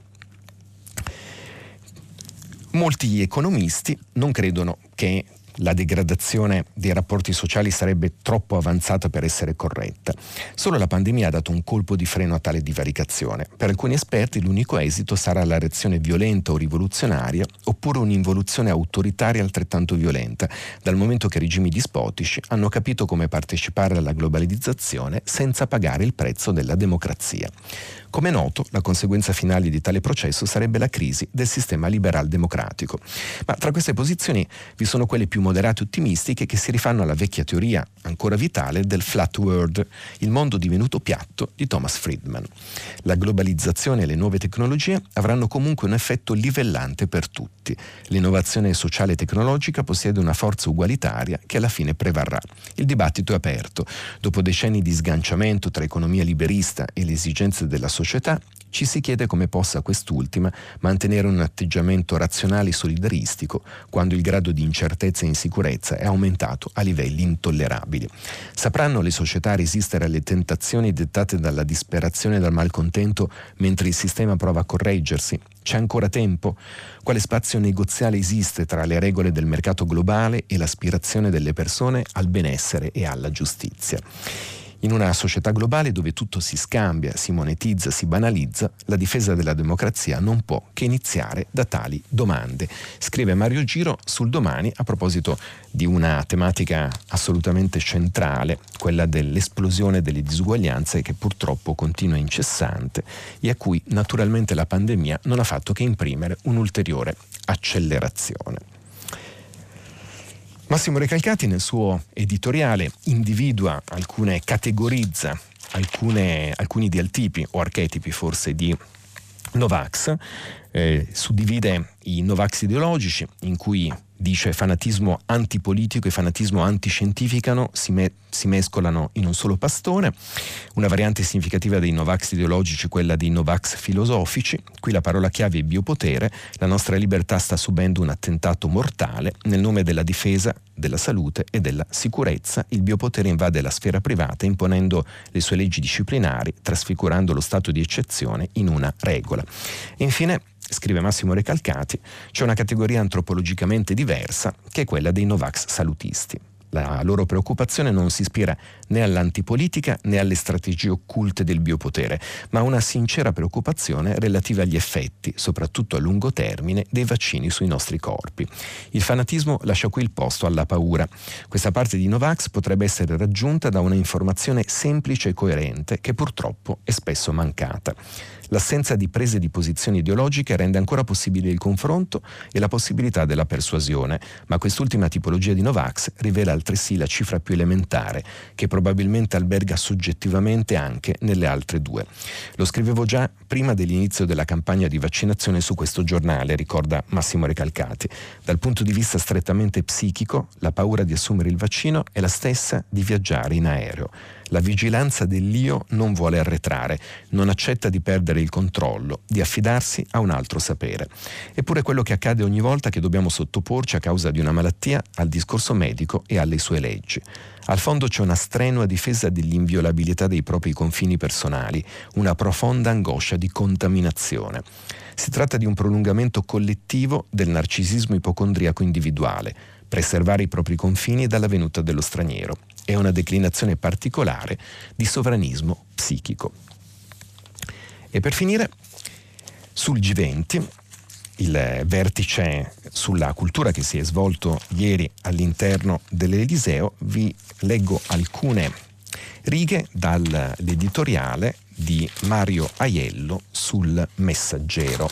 Molti economisti non credono che la degradazione dei rapporti sociali sarebbe troppo avanzata per essere corretta. Solo la pandemia ha dato un colpo di freno a tale divaricazione. Per alcuni esperti l'unico esito sarà la reazione violenta o rivoluzionaria, oppure un'involuzione autoritaria altrettanto violenta, dal momento che regimi dispotici hanno capito come partecipare alla globalizzazione senza pagare il prezzo della democrazia. Come è noto, la conseguenza finale di tale processo sarebbe la crisi del sistema liberal-democratico. Ma tra queste posizioni vi sono quelle più moderate e ottimistiche che si rifanno alla vecchia teoria, ancora vitale, del flat world, il mondo divenuto piatto di Thomas Friedman. La globalizzazione e le nuove tecnologie avranno comunque un effetto livellante per tutti. L'innovazione sociale e tecnologica possiede una forza ugualitaria che alla fine prevarrà. Il dibattito è aperto. Dopo decenni di sganciamento tra economia liberista e le esigenze della società, ci si chiede come possa quest'ultima mantenere un atteggiamento razionale e solidaristico quando il grado di incertezza e insicurezza è aumentato a livelli intollerabili. Sapranno le società resistere alle tentazioni dettate dalla disperazione e dal malcontento mentre il sistema prova a correggersi? C'è ancora tempo? Quale spazio negoziale esiste tra le regole del mercato globale e l'aspirazione delle persone al benessere e alla giustizia? In una società globale dove tutto si scambia, si monetizza, si banalizza, la difesa della democrazia non può che iniziare da tali domande. Scrive Mario Giro sul Domani a proposito di una tematica assolutamente centrale, quella dell'esplosione delle disuguaglianze che purtroppo continua incessante e a cui naturalmente la pandemia non ha fatto che imprimere un'ulteriore accelerazione. Massimo Recalcati nel suo editoriale individua alcune, categorizza alcune, alcuni idealtipi o archetipi forse di Novax, eh, suddivide i Novax ideologici in cui dice fanatismo antipolitico e fanatismo antiscientifico si, me- si mescolano in un solo pastone. Una variante significativa dei Novax ideologici, quella dei Novax filosofici. Qui la parola chiave è biopotere. La nostra libertà sta subendo un attentato mortale. Nel nome della difesa, della salute e della sicurezza, il biopotere invade la sfera privata imponendo le sue leggi disciplinari, trasfigurando lo stato di eccezione in una regola. E infine, scrive Massimo Recalcati, c'è una categoria antropologicamente diversa che è quella dei Novax salutisti. La loro preoccupazione non si ispira né all'antipolitica né alle strategie occulte del biopotere, ma a una sincera preoccupazione relativa agli effetti, soprattutto a lungo termine, dei vaccini sui nostri corpi. Il fanatismo lascia qui il posto alla paura. Questa parte di Novax potrebbe essere raggiunta da una informazione semplice e coerente che purtroppo è spesso mancata. L'assenza di prese di posizioni ideologiche rende ancora possibile il confronto e la possibilità della persuasione, ma quest'ultima tipologia di Novax rivela altresì la cifra più elementare, che probabilmente alberga soggettivamente anche nelle altre due. Lo scrivevo già prima dell'inizio della campagna di vaccinazione su questo giornale, ricorda Massimo Recalcati. Dal punto di vista strettamente psichico, la paura di assumere il vaccino è la stessa di viaggiare in aereo. La vigilanza dell'io non vuole arretrare, non accetta di perdere il controllo, di affidarsi a un altro sapere. Eppure quello che accade ogni volta che dobbiamo sottoporci a causa di una malattia al discorso medico e alle sue leggi. Al fondo c'è una strenua difesa dell'inviolabilità dei propri confini personali, una profonda angoscia di contaminazione. Si tratta di un prolungamento collettivo del narcisismo ipocondriaco individuale, preservare i propri confini dalla venuta dello straniero. È una declinazione particolare di sovranismo psichico. E per finire, sul G venti, il vertice sulla cultura che si è svolto ieri all'interno dell'Eliseo, vi leggo alcune righe dall'editoriale di Mario Aiello sul Messaggero.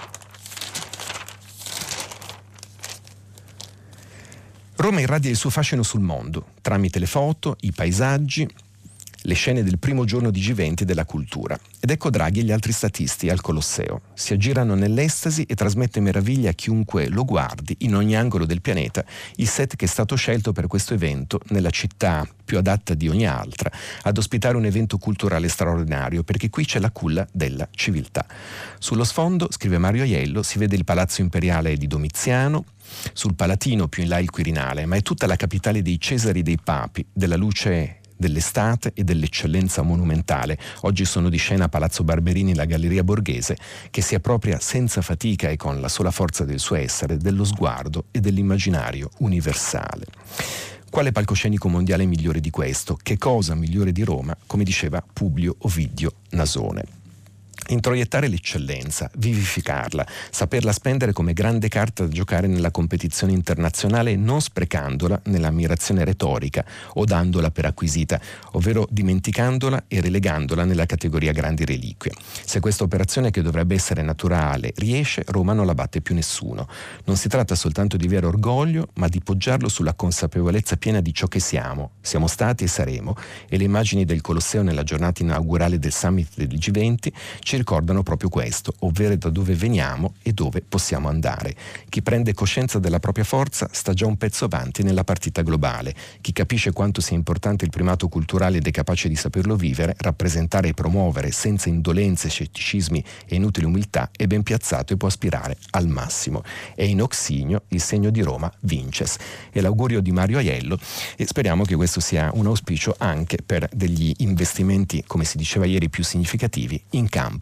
Roma irradia il suo fascino sul mondo, tramite le foto, i paesaggi, le scene del primo giorno di G venti della cultura. Ed ecco Draghi e gli altri statisti al Colosseo. Si aggirano nell'estasi e trasmette meraviglia a chiunque lo guardi, in ogni angolo del pianeta, il set che è stato scelto per questo evento nella città più adatta di ogni altra, ad ospitare un evento culturale straordinario, perché qui c'è la culla della civiltà. Sullo sfondo, scrive Mario Aiello, si vede il Palazzo Imperiale di Domiziano, sul Palatino più in là il Quirinale, ma è tutta la capitale dei Cesari e dei Papi, della luce dell'estate e dell'eccellenza monumentale. Oggi sono di scena Palazzo Barberini, la Galleria Borghese, che si appropria senza fatica e con la sola forza del suo essere dello sguardo e dell'immaginario universale. Quale palcoscenico mondiale migliore di questo? Che cosa migliore di Roma? Come diceva Publio Ovidio Nasone. Introiettare l'eccellenza, vivificarla, saperla spendere come grande carta da giocare nella competizione internazionale e non sprecandola nell'ammirazione retorica o dandola per acquisita, ovvero dimenticandola e relegandola nella categoria grandi reliquie. Se questa operazione, che dovrebbe essere naturale, riesce, Roma non la batte più nessuno. Non si tratta soltanto di vero orgoglio, ma di poggiarlo sulla consapevolezza piena di ciò che siamo, siamo stati e saremo, e le immagini del Colosseo nella giornata inaugurale del summit del G venti ci ricordano proprio questo, ovvero da dove veniamo e dove possiamo andare. Chi prende coscienza della propria forza sta già un pezzo avanti nella partita globale. Chi capisce quanto sia importante il primato culturale ed è capace di saperlo vivere, rappresentare e promuovere senza indolenze, scetticismi e inutile umiltà è ben piazzato e può aspirare al massimo. È in Oxigno il segno di Roma vinces. È l'augurio di Mario Aiello e speriamo che questo sia un auspicio anche per degli investimenti, come si diceva ieri, più significativi in campo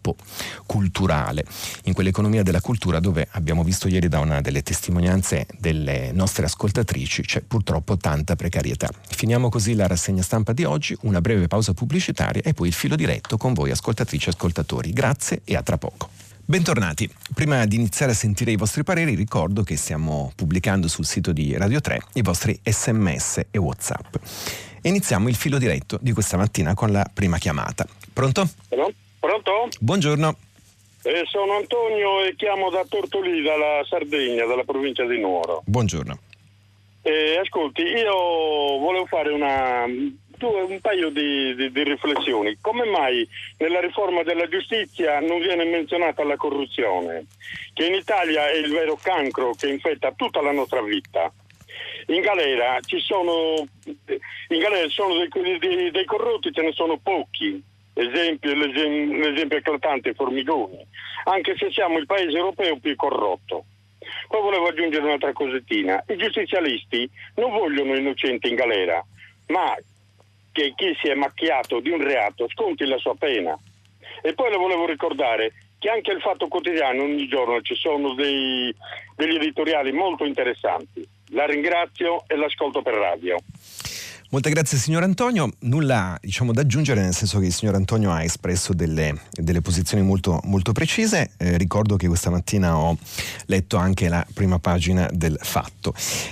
campo culturale, in quell'economia della cultura dove abbiamo visto ieri da una delle testimonianze delle nostre ascoltatrici c'è purtroppo tanta precarietà. Finiamo così la rassegna stampa di oggi, una breve pausa pubblicitaria e poi il filo diretto con voi ascoltatrici e ascoltatori. Grazie e a tra poco. Bentornati. Prima di iniziare a sentire i vostri pareri ricordo che stiamo pubblicando sul sito di Radio tre i vostri sms e WhatsApp. E iniziamo il filo diretto di questa mattina con la prima chiamata. Pronto? Pronto? Buongiorno. Eh, sono Antonio e chiamo da Tortolì, dalla Sardegna, dalla provincia di Nuoro. Buongiorno. Eh, ascolti, io volevo fare una... un paio di, di, di riflessioni. Come mai nella riforma della giustizia non viene menzionata la corruzione, che in Italia è il vero cancro che infetta tutta la nostra vita? In galera ci sono in galera sono dei, dei, dei corrotti, ce ne sono pochi. Esempio, l'esempio, l'esempio eclatante è Formigoni, anche se siamo il paese europeo più corrotto. Poi volevo aggiungere un'altra cosettina: i giustizialisti non vogliono innocenti in galera, ma che chi si è macchiato di un reato sconti la sua pena. E poi le volevo ricordare che anche il Fatto Quotidiano ogni giorno ci sono dei, degli editoriali molto interessanti. La ringrazio e l'ascolto per radio. Molte grazie signor Antonio, nulla diciamo da aggiungere, nel senso che il signor Antonio ha espresso delle, delle posizioni molto, molto precise. Eh, ricordo che questa mattina ho letto anche la prima pagina del Fatto.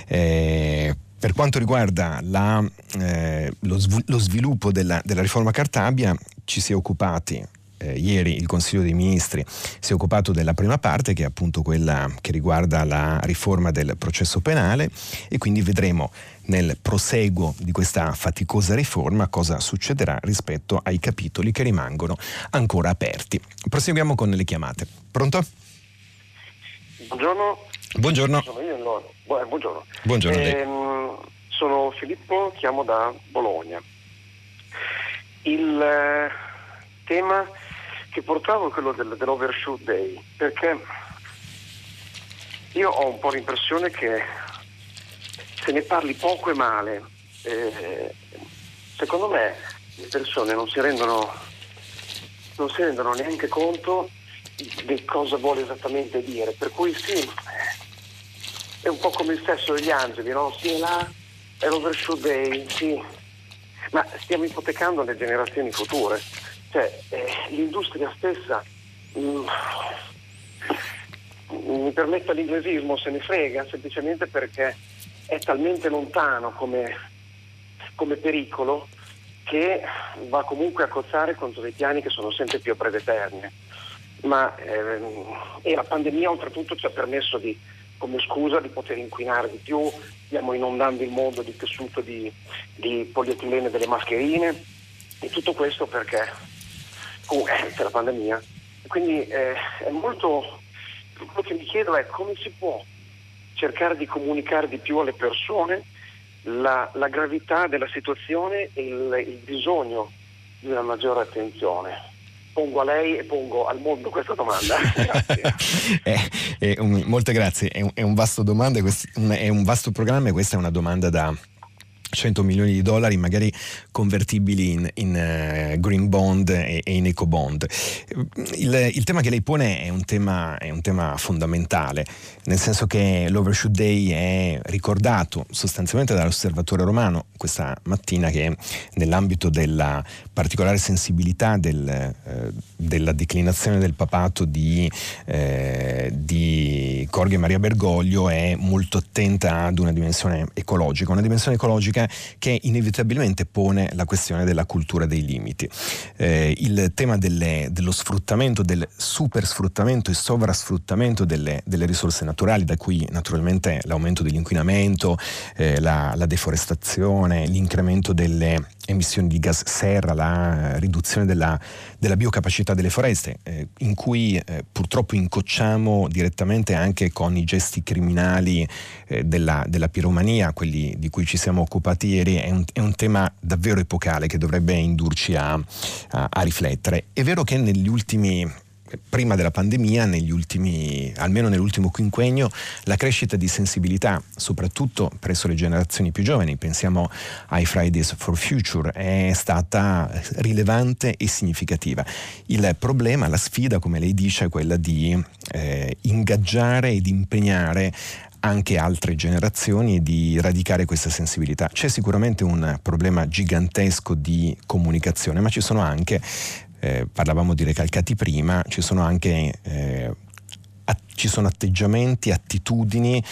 Eh, Per quanto riguarda la, eh, lo, sv- lo sviluppo della, della riforma Cartabia, ci si è occupati, eh, ieri il Consiglio dei Ministri si è occupato della prima parte, che è appunto quella che riguarda la riforma del processo penale, e quindi vedremo nel proseguo di questa faticosa riforma cosa succederà rispetto ai capitoli che rimangono ancora aperti. Proseguiamo con le chiamate. Pronto? Buongiorno. Buongiorno. Sono io, no. Bu- buongiorno. Buongiorno. Ehm, sono Filippo, chiamo da Bologna. Il eh, tema che portavo è quello del, dell'Overshoot Day, perché io ho un po' l'impressione che se ne parli poco e male. Eh, secondo me le persone non si rendono non si rendono neanche conto di cosa vuole esattamente dire, per cui sì, è un po' come il sesso degli angeli, no? Sì, è là, è l'Overshoot Day, sì, ma stiamo ipotecando le generazioni future, cioè eh, l'industria stessa mh, mi permetta l'inglesismo, se ne frega, semplicemente perché è talmente lontano come, come pericolo che va comunque a cozzare contro dei piani che sono sempre più a breve termine. Ma ehm, e la pandemia oltretutto ci ha permesso di, come scusa, di poter inquinare di più. Stiamo inondando il mondo di tessuto di, di polietilene delle mascherine, e tutto questo perché oh, eh, c'è la pandemia. Quindi eh, è molto, quello che mi chiedo è come si può cercare di comunicare di più alle persone la, la gravità della situazione e il, il bisogno di una maggiore attenzione. Pongo a lei e pongo al mondo questa domanda. Grazie. eh, eh, un, molte grazie, è un, è un vasto domanda, è un vasto programma, e questa è una domanda da cento milioni di dollari, magari convertibili in, in uh, green bond e, e in eco bond. Il, il tema che lei pone è un tema, è un tema fondamentale, nel senso che l'Overshoot Day è ricordato sostanzialmente dall'Osservatore Romano questa mattina, che nell'ambito della particolare sensibilità del, eh, della declinazione del papato di, eh, di Jorge Maria Bergoglio è molto attenta ad una dimensione ecologica, una dimensione ecologica che inevitabilmente pone la questione della cultura dei limiti. Eh, il tema delle, dello sfruttamento, del super sfruttamento e sovrasfruttamento delle, delle risorse naturali, da cui naturalmente l'aumento dell'inquinamento, eh, la, la deforestazione, l'incremento delle emissioni di gas serra, la riduzione della, della biocapacità delle foreste, eh, in cui eh, purtroppo incocciamo direttamente anche con i gesti criminali eh, della, della piromania, quelli di cui ci siamo occupati ieri. È un, è un tema davvero epocale che dovrebbe indurci a, a, a riflettere. È vero che negli ultimi prima della pandemia, negli ultimi, almeno nell'ultimo quinquennio, la crescita di sensibilità, soprattutto presso le generazioni più giovani, pensiamo ai Fridays for Future, è stata rilevante e significativa. Il problema, la sfida, come lei dice, è quella di eh, ingaggiare ed impegnare anche altre generazioni e di radicare questa sensibilità. C'è sicuramente un problema gigantesco di comunicazione, ma ci sono anche, eh, parlavamo di recalcati prima, ci sono anche eh, att- ci sono atteggiamenti, attitudini,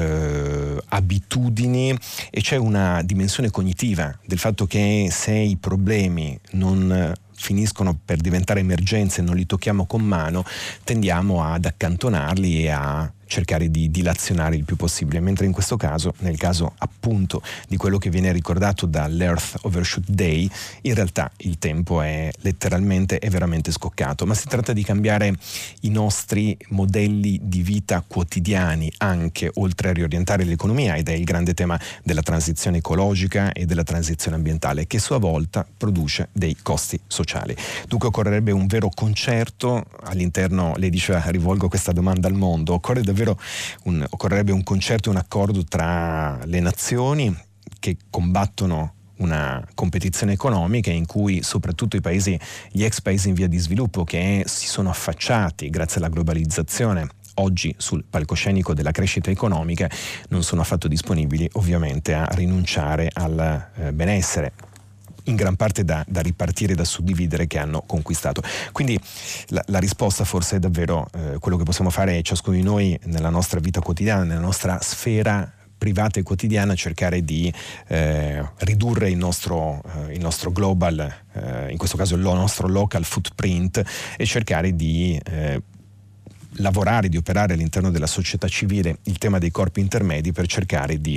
eh, abitudini, e c'è una dimensione cognitiva del fatto che se i problemi non finiscono per diventare emergenze e non li tocchiamo con mano, tendiamo ad accantonarli e a cercare di dilazionare il più possibile, mentre in questo caso, nel caso appunto di quello che viene ricordato dall'Earth Overshoot Day, in realtà il tempo è letteralmente e veramente scoccato, ma si tratta di cambiare i nostri modelli di vita quotidiani, anche oltre a riorientare l'economia, ed è il grande tema della transizione ecologica e della transizione ambientale, che a sua volta produce dei costi sociali. Dunque occorrerebbe un vero concerto all'interno, lei diceva, rivolgo questa domanda al mondo, occorre davvero un, occorrerebbe un concerto e un accordo tra le nazioni che combattono una competizione economica in cui soprattutto i paesi, gli ex paesi in via di sviluppo, che si sono affacciati grazie alla globalizzazione oggi sul palcoscenico della crescita economica, non sono affatto disponibili ovviamente a rinunciare al eh, benessere, in gran parte da, da ripartire, da suddividere, che hanno conquistato. Quindi la, la risposta forse è davvero eh, quello che possiamo fare ciascuno di noi nella nostra vita quotidiana, nella nostra sfera privata e quotidiana, cercare di eh, ridurre il nostro, eh, il nostro global, eh, in questo caso il nostro local footprint, e cercare di eh, lavorare, di operare all'interno della società civile il tema dei corpi intermedi per cercare di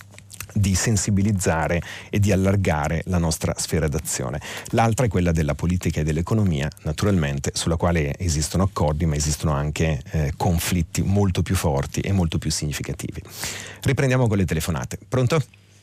di sensibilizzare e di allargare la nostra sfera d'azione. L'altra è quella della politica e dell'economia, naturalmente, sulla quale esistono accordi, ma esistono anche eh, conflitti molto più forti e molto più significativi. Riprendiamo con le telefonate. Pronto?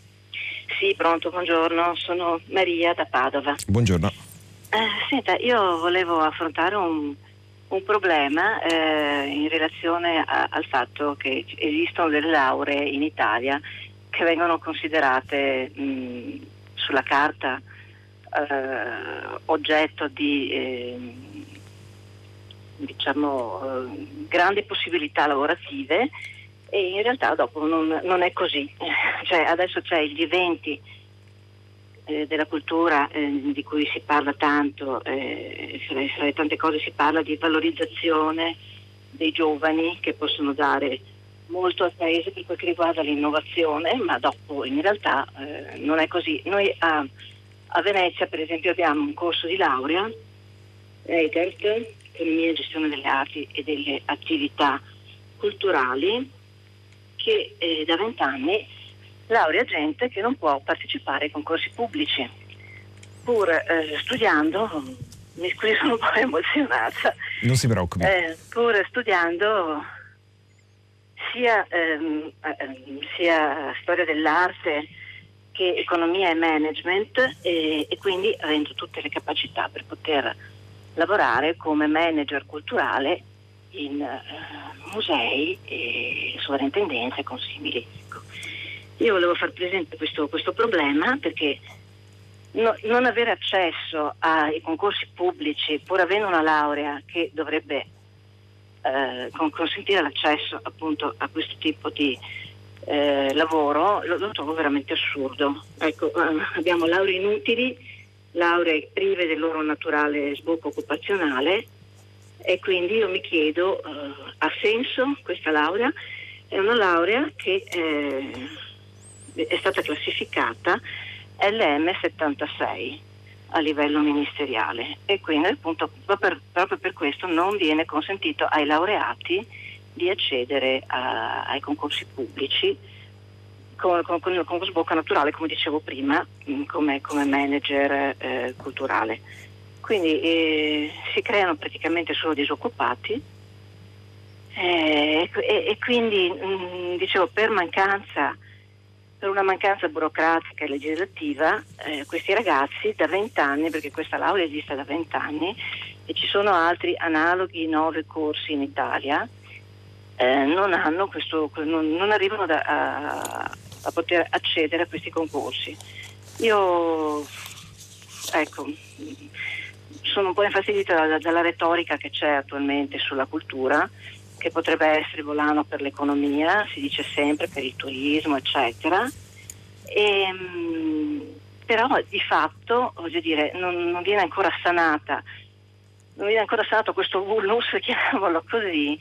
Sì, pronto, buongiorno, sono Maria da Padova. Buongiorno. Eh, senta, io volevo affrontare un, un problema eh, in relazione a, al fatto che esistono delle lauree in Italia che vengono considerate mh, sulla carta eh, oggetto di eh, diciamo eh, grandi possibilità lavorative, e in realtà dopo non, non è così. Cioè, adesso c'è il G venti eh, della cultura eh, di cui si parla tanto, eh, fra, fra le tante cose si parla di valorizzazione dei giovani che possono dare molto al paese per quel che riguarda l'innovazione, ma dopo in realtà eh, non è così. Noi a, a Venezia, per esempio, abbiamo un corso di laurea, E G A R T, Economia e Gestione delle Arti e delle Attività Culturali, che eh, da vent'anni laurea gente che non può partecipare ai concorsi pubblici, pur eh, studiando, mi scusi, sono un po' emozionata, non si preoccupi, eh, pur studiando sia, ehm, sia storia dell'arte che economia e management, e, e quindi avendo tutte le capacità per poter lavorare come manager culturale in uh, musei e sovrintendenze consimili. Ecco. Io volevo far presente questo, questo problema perché no, non avere accesso ai concorsi pubblici, pur avendo una laurea che dovrebbe Eh, con consentire l'accesso appunto a questo tipo di eh, lavoro, lo, lo trovo veramente assurdo. Ecco, eh, abbiamo lauree inutili, lauree prive del loro naturale sbocco occupazionale, e quindi io mi chiedo, eh, ha senso questa laurea? È una laurea che eh, è stata classificata L M settantasei a livello ministeriale, e quindi appunto proprio per, proprio per questo non viene consentito ai laureati di accedere a, ai concorsi pubblici con, con, con, con sbocco naturale, come dicevo prima, come, come manager eh, culturale. Quindi eh, si creano praticamente solo disoccupati eh, e, e quindi mh, dicevo per mancanza Per una mancanza burocratica e legislativa, eh, questi ragazzi da vent'anni, perché questa laurea esiste da vent'anni, e ci sono altri analoghi nove corsi in Italia, eh, non hanno questo, non, non arrivano da, a, a poter accedere a questi concorsi. Io ecco sono un po' infastidita dalla, dalla retorica che c'è attualmente sulla cultura, che potrebbe essere volano per l'economia, si dice sempre, per il turismo, eccetera. E, però di fatto, voglio dire, non, non viene ancora sanata, non viene ancora sanato questo vulnus, chiamiamolo così,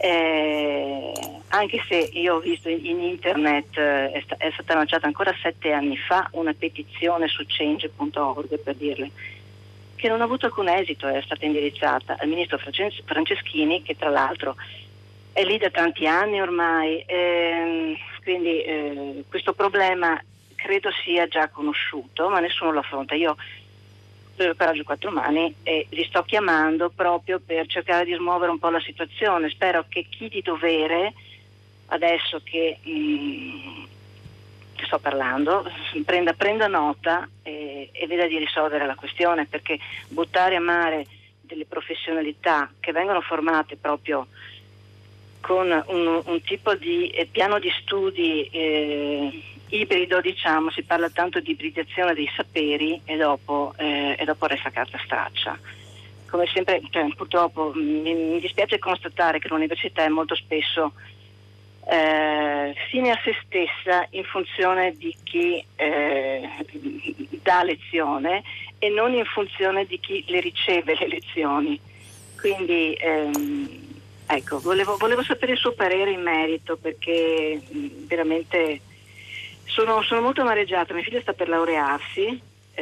eh, anche se io ho visto in, in internet, eh, è, sta, è stata lanciata ancora sette anni fa una petizione su change punto org, per dirle, che non ha avuto alcun esito, è stata indirizzata al ministro Franceschini, che tra l'altro è lì da tanti anni ormai, ehm, quindi eh, questo problema credo sia già conosciuto, ma nessuno lo affronta. Io per Coraggio Quattro Mani e li sto chiamando proprio per cercare di smuovere un po' la situazione. Spero che chi di dovere, adesso che mh, sto parlando, prenda, prenda nota e, e veda di risolvere la questione, perché buttare a mare delle professionalità che vengono formate proprio con un, un tipo di eh, piano di studi eh, ibrido, diciamo, si parla tanto di ibridazione dei saperi e dopo, eh, e dopo resta carta straccia. Come sempre, cioè, purtroppo mi, mi dispiace constatare che l'università è molto spesso eh, fine a se stessa in funzione di chi eh, dà lezione e non in funzione di chi le riceve le lezioni. Quindi ehm, ecco, volevo, volevo sapere il suo parere in merito, perché mh, veramente sono, sono molto amareggiata. Mia figlia sta per laurearsi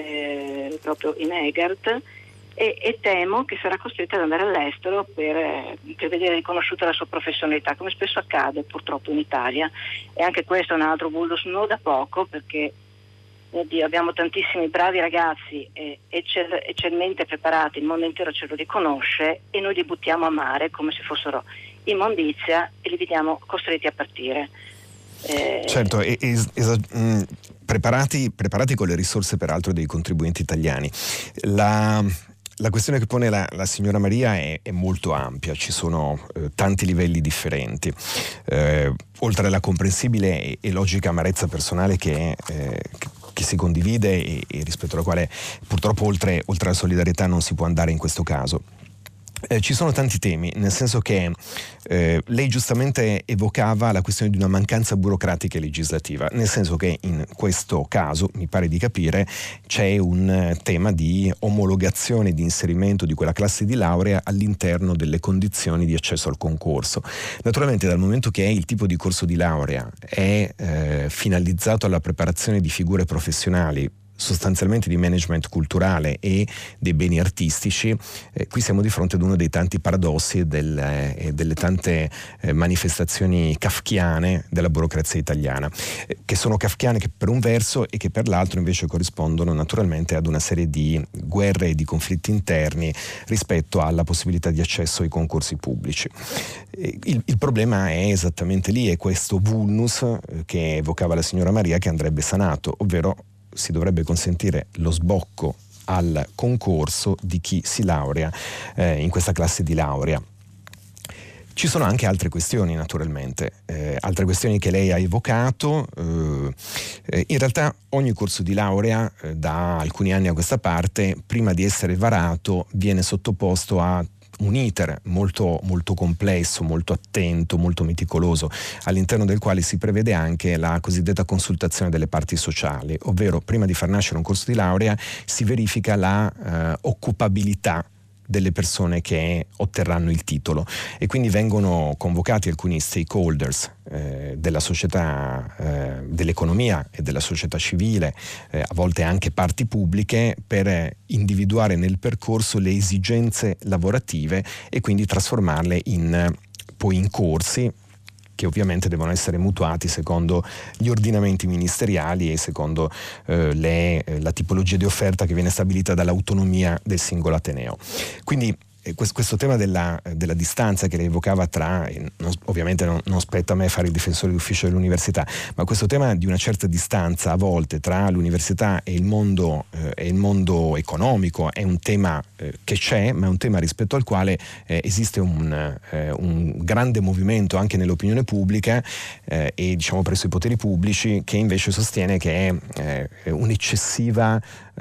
eh, proprio in Egart e, e temo che sarà costretta ad andare all'estero per, eh, per vedere riconosciuta la sua professionalità, come spesso accade purtroppo in Italia. E anche questo è un altro vulnus, non da poco, perché oddio, abbiamo tantissimi bravi ragazzi eh, eccell- eccellente preparati, il mondo intero ce lo riconosce e noi li buttiamo a mare come se fossero immondizia e li vediamo costretti a partire. Eh... Certo, e, e, esa- mh, preparati, preparati con le risorse peraltro dei contribuenti italiani. La... La questione che pone la, la signora Maria è, è molto ampia, ci sono eh, tanti livelli differenti, eh, oltre alla comprensibile e, e logica amarezza personale che, eh, che, che si condivide e, e rispetto alla quale purtroppo oltre, oltre alla solidarietà non si può andare in questo caso. Eh, ci sono tanti temi, nel senso che eh, lei giustamente evocava la questione di una mancanza burocratica e legislativa, nel senso che in questo caso, mi pare di capire, c'è un tema di omologazione, di inserimento di quella classe di laurea all'interno delle condizioni di accesso al concorso. Naturalmente, dal momento che il tipo di corso di laurea è eh, finalizzato alla preparazione di figure professionali sostanzialmente di management culturale e dei beni artistici, eh, qui siamo di fronte ad uno dei tanti paradossi e del, eh, delle tante eh, manifestazioni kafkiane della burocrazia italiana, eh, che sono kafkiane che per un verso e che per l'altro invece corrispondono naturalmente ad una serie di guerre e di conflitti interni rispetto alla possibilità di accesso ai concorsi pubblici. Eh, il, il problema è esattamente lì, è questo vulnus eh, che evocava la signora Maria, che andrebbe sanato, ovvero si dovrebbe consentire lo sbocco al concorso di chi si laurea eh, in questa classe di laurea. Ci sono anche altre questioni, naturalmente, eh, altre questioni che lei ha evocato. Eh, in realtà ogni corso di laurea, eh, da alcuni anni a questa parte, prima di essere varato, viene sottoposto a un iter molto, molto complesso, molto attento, molto meticoloso, all'interno del quale si prevede anche la cosiddetta consultazione delle parti sociali, ovvero prima di far nascere un corso di laurea si verifica la eh, occupabilità delle persone che otterranno il titolo e quindi vengono convocati alcuni stakeholders eh, della società, eh, dell'economia e della società civile, eh, a volte anche parti pubbliche, per individuare nel percorso le esigenze lavorative e quindi trasformarle in, poi in corsi che ovviamente devono essere mutuati secondo gli ordinamenti ministeriali e secondo eh, le, la tipologia di offerta che viene stabilita dall'autonomia del singolo ateneo. Quindi questo, questo tema della, della distanza che lei evocava tra, non, ovviamente non, non spetta a me fare il difensore d'ufficio dell'università, ma questo tema di una certa distanza a volte tra l'università e il mondo, eh, e il mondo economico è un tema eh, che c'è, ma è un tema rispetto al quale eh, esiste un, eh, un grande movimento anche nell'opinione pubblica eh, e diciamo presso i poteri pubblici, che invece sostiene che è eh, un'eccessiva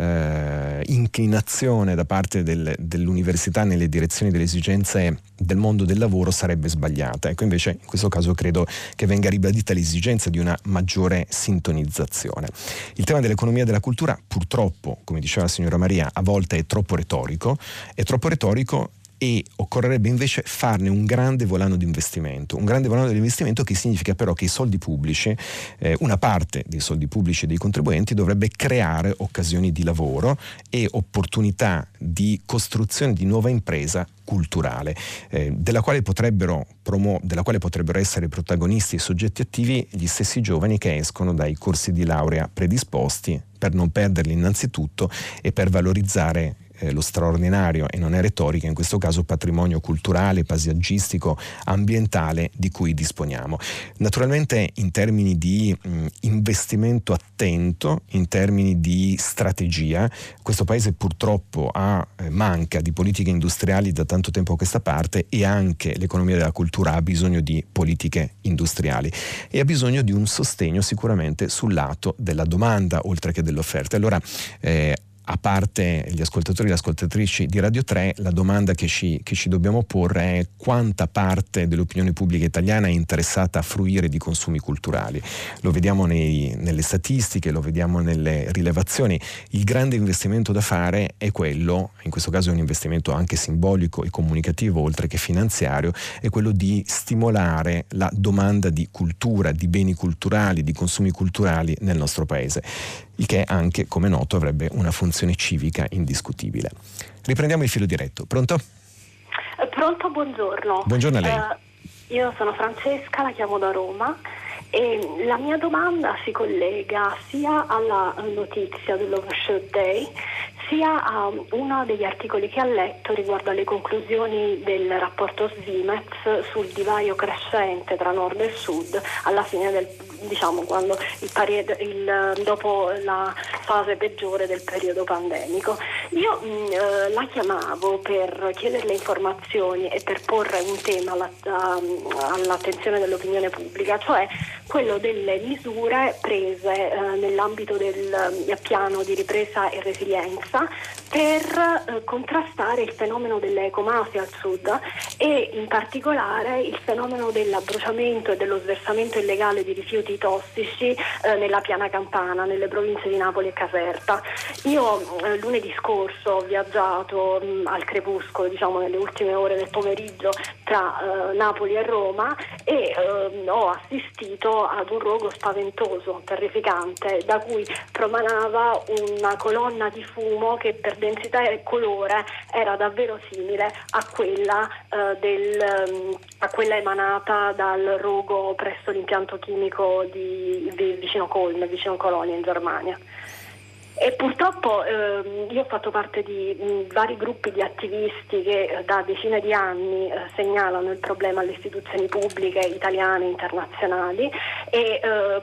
eh, inclinazione da parte del, dell'università nelle direzioni delle esigenze del mondo del lavoro sarebbe sbagliata. Ecco, invece in questo caso credo che venga ribadita l'esigenza di una maggiore sintonizzazione. Il tema dell'economia e della cultura, purtroppo, come diceva la signora Maria, a volte è troppo retorico, è troppo retorico e occorrerebbe invece farne un grande volano di investimento, un grande volano di investimento che significa però che i soldi pubblici, eh, una parte dei soldi pubblici dei contribuenti dovrebbe creare occasioni di lavoro e opportunità di costruzione di nuova impresa culturale, eh, della quale potrebbero promu- della quale potrebbero essere protagonisti e soggetti attivi gli stessi giovani che escono dai corsi di laurea predisposti, per non perderli innanzitutto e per valorizzare Eh, lo straordinario, e non è retorica, in questo caso patrimonio culturale, paesaggistico, ambientale di cui disponiamo. Naturalmente in termini di mh, investimento attento, in termini di strategia, questo paese purtroppo ha, eh, manca di politiche industriali da tanto tempo a questa parte, e anche l'economia della cultura ha bisogno di politiche industriali e ha bisogno di un sostegno sicuramente sul lato della domanda oltre che dell'offerta. Allora eh, a parte gli ascoltatori e le ascoltatrici di Radio tre, la domanda che ci, che ci dobbiamo porre è quanta parte dell'opinione pubblica italiana è interessata a fruire di consumi culturali. Lo vediamo nei, nelle statistiche, lo vediamo nelle rilevazioni. Il grande investimento da fare è quello, in questo caso è un investimento anche simbolico e comunicativo oltre che finanziario, è quello di stimolare la domanda di cultura, di beni culturali, di consumi culturali nel nostro paese, il che anche, come noto, avrebbe una funzione civica indiscutibile. Riprendiamo il filo diretto. Pronto? Pronto, buongiorno. Buongiorno a lei. Uh, io sono Francesca, la chiamo da Roma e la mia domanda si collega sia alla notizia dell'Overshoot Day sia a uno degli articoli che ha letto riguardo alle conclusioni del rapporto Svimez sul divario crescente tra nord e sud alla fine del, diciamo, quando il pari- il, dopo la fase peggiore del periodo pandemico. Io mh, la chiamavo per chiederle informazioni e per porre un tema alla, uh, all'attenzione dell'opinione pubblica, cioè quello delle misure prese uh, nell'ambito del uh, piano di ripresa e resilienza per eh, contrastare il fenomeno delle ecomafie al sud e in particolare il fenomeno dell'abbruciamento e dello sversamento illegale di rifiuti tossici eh, nella piana campana, nelle province di Napoli e Caserta. Io eh, lunedì scorso ho viaggiato mh, al crepuscolo, diciamo nelle ultime ore del pomeriggio, tra eh, Napoli e Roma e eh, ho assistito ad un rogo spaventoso, terrificante, da cui promanava una colonna di fumo che per densità e colore era davvero simile a quella, eh, del, a quella emanata dal rogo presso l'impianto chimico di, di vicino Colm, vicino Colonia in Germania. E purtroppo ehm, io ho fatto parte di mh, vari gruppi di attivisti che eh, da decine di anni eh, segnalano il problema alle istituzioni pubbliche italiane e internazionali e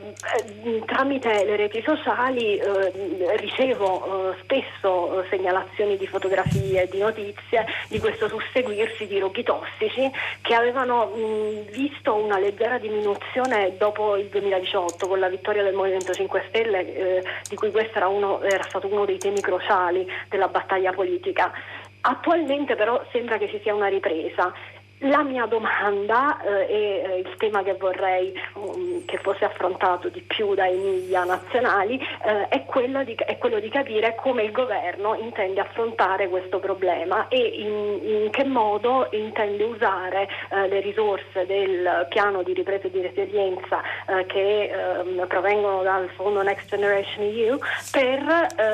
eh, tramite le reti sociali eh, ricevo eh, spesso eh, segnalazioni di fotografie, di notizie di questo susseguirsi di roghi tossici che avevano mh, visto una leggera diminuzione dopo il duemiladiciotto con la vittoria del Movimento cinque Stelle, eh, di cui questo era uno era stato uno dei temi cruciali della battaglia politica. Attualmente però sembra che ci sia una ripresa. La mia domanda eh, e eh, il tema che vorrei um, che fosse affrontato di più dai media nazionali eh, è, quello di, è quello di capire come il governo intende affrontare questo problema e in, in che modo intende usare eh, le risorse del piano di ripresa e di resilienza eh, che eh, provengono dal fondo Next Generation E U per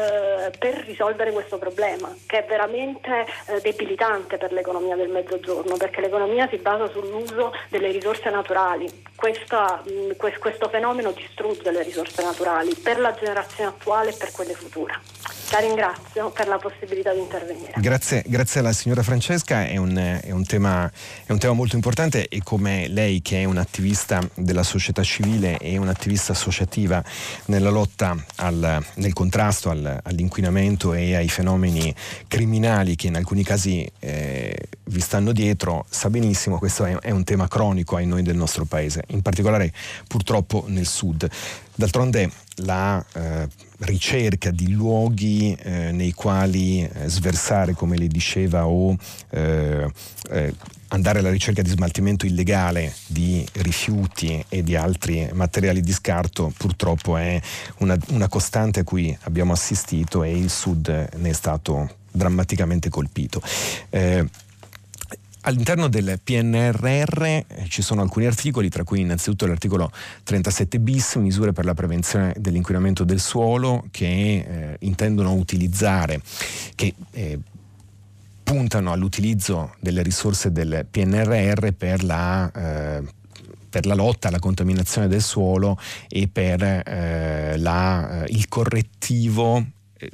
eh, per risolvere questo problema, che è veramente eh, debilitante per l'economia del Mezzogiorno, perché l'economia si basa sull'uso delle risorse naturali. Questa, mh, quest- questo fenomeno distrugge le risorse naturali per la generazione attuale e per quelle future. La ringrazio per la possibilità di intervenire. Grazie, grazie alla signora Francesca, è un, è un tema, è un tema molto importante, e come lei, che è un'attivista della società civile e un'attivista associativa nella lotta al, nel contrasto al, all'inquinamento e ai fenomeni criminali che in alcuni casi eh, vi stanno dietro, sa benissimo, questo è, è un tema cronico ai noi del nostro paese, in particolare purtroppo nel sud. D'altronde la eh, ricerca di luoghi eh, nei quali eh, sversare, come lei diceva, o eh, eh, andare alla ricerca di smaltimento illegale di rifiuti e di altri materiali di scarto, purtroppo è una, una costante a cui abbiamo assistito, e il Sud ne è stato drammaticamente colpito. Eh, All'interno del P N R R ci sono alcuni articoli, tra cui innanzitutto l'articolo trentasette bis, misure per la prevenzione dell'inquinamento del suolo, che eh, intendono utilizzare, che eh, puntano all'utilizzo delle risorse del P N R R per la eh, per la lotta alla contaminazione del suolo e per eh, la, eh, il correttivo eh,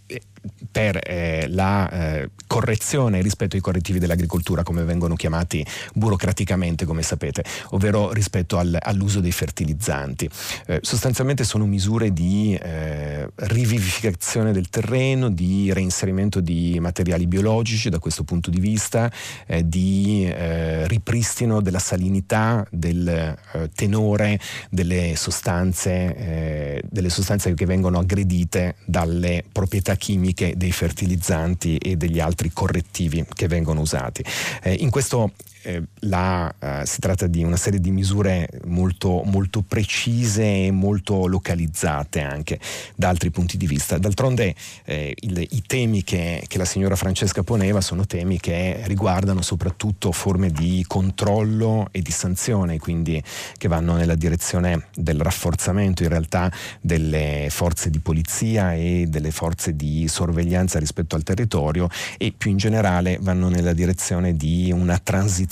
per eh, la eh, correzione rispetto ai correttivi dell'agricoltura, come vengono chiamati burocraticamente, come sapete, ovvero rispetto al, all'uso dei fertilizzanti. Eh, sostanzialmente sono misure di eh, rivivificazione del terreno, di reinserimento di materiali biologici da questo punto di vista, eh, di eh, ripristino della salinità, del eh, tenore delle sostanze, eh, delle sostanze che vengono aggredite dalle proprietà chimiche dei fertilizzanti e degli altri correttivi che vengono usati. Eh, in questo eh, la, eh, si tratta di una serie di misure molto, molto precise e molto localizzate anche da altri punti di vista. D'altronde eh, il, i temi che, che la signora Francesca poneva sono temi che riguardano soprattutto forme di controllo e di sanzione, quindi che vanno nella direzione del rafforzamento in realtà delle forze di polizia e delle forze di sorveglianza rispetto al territorio, e più in generale vanno nella direzione di una transizione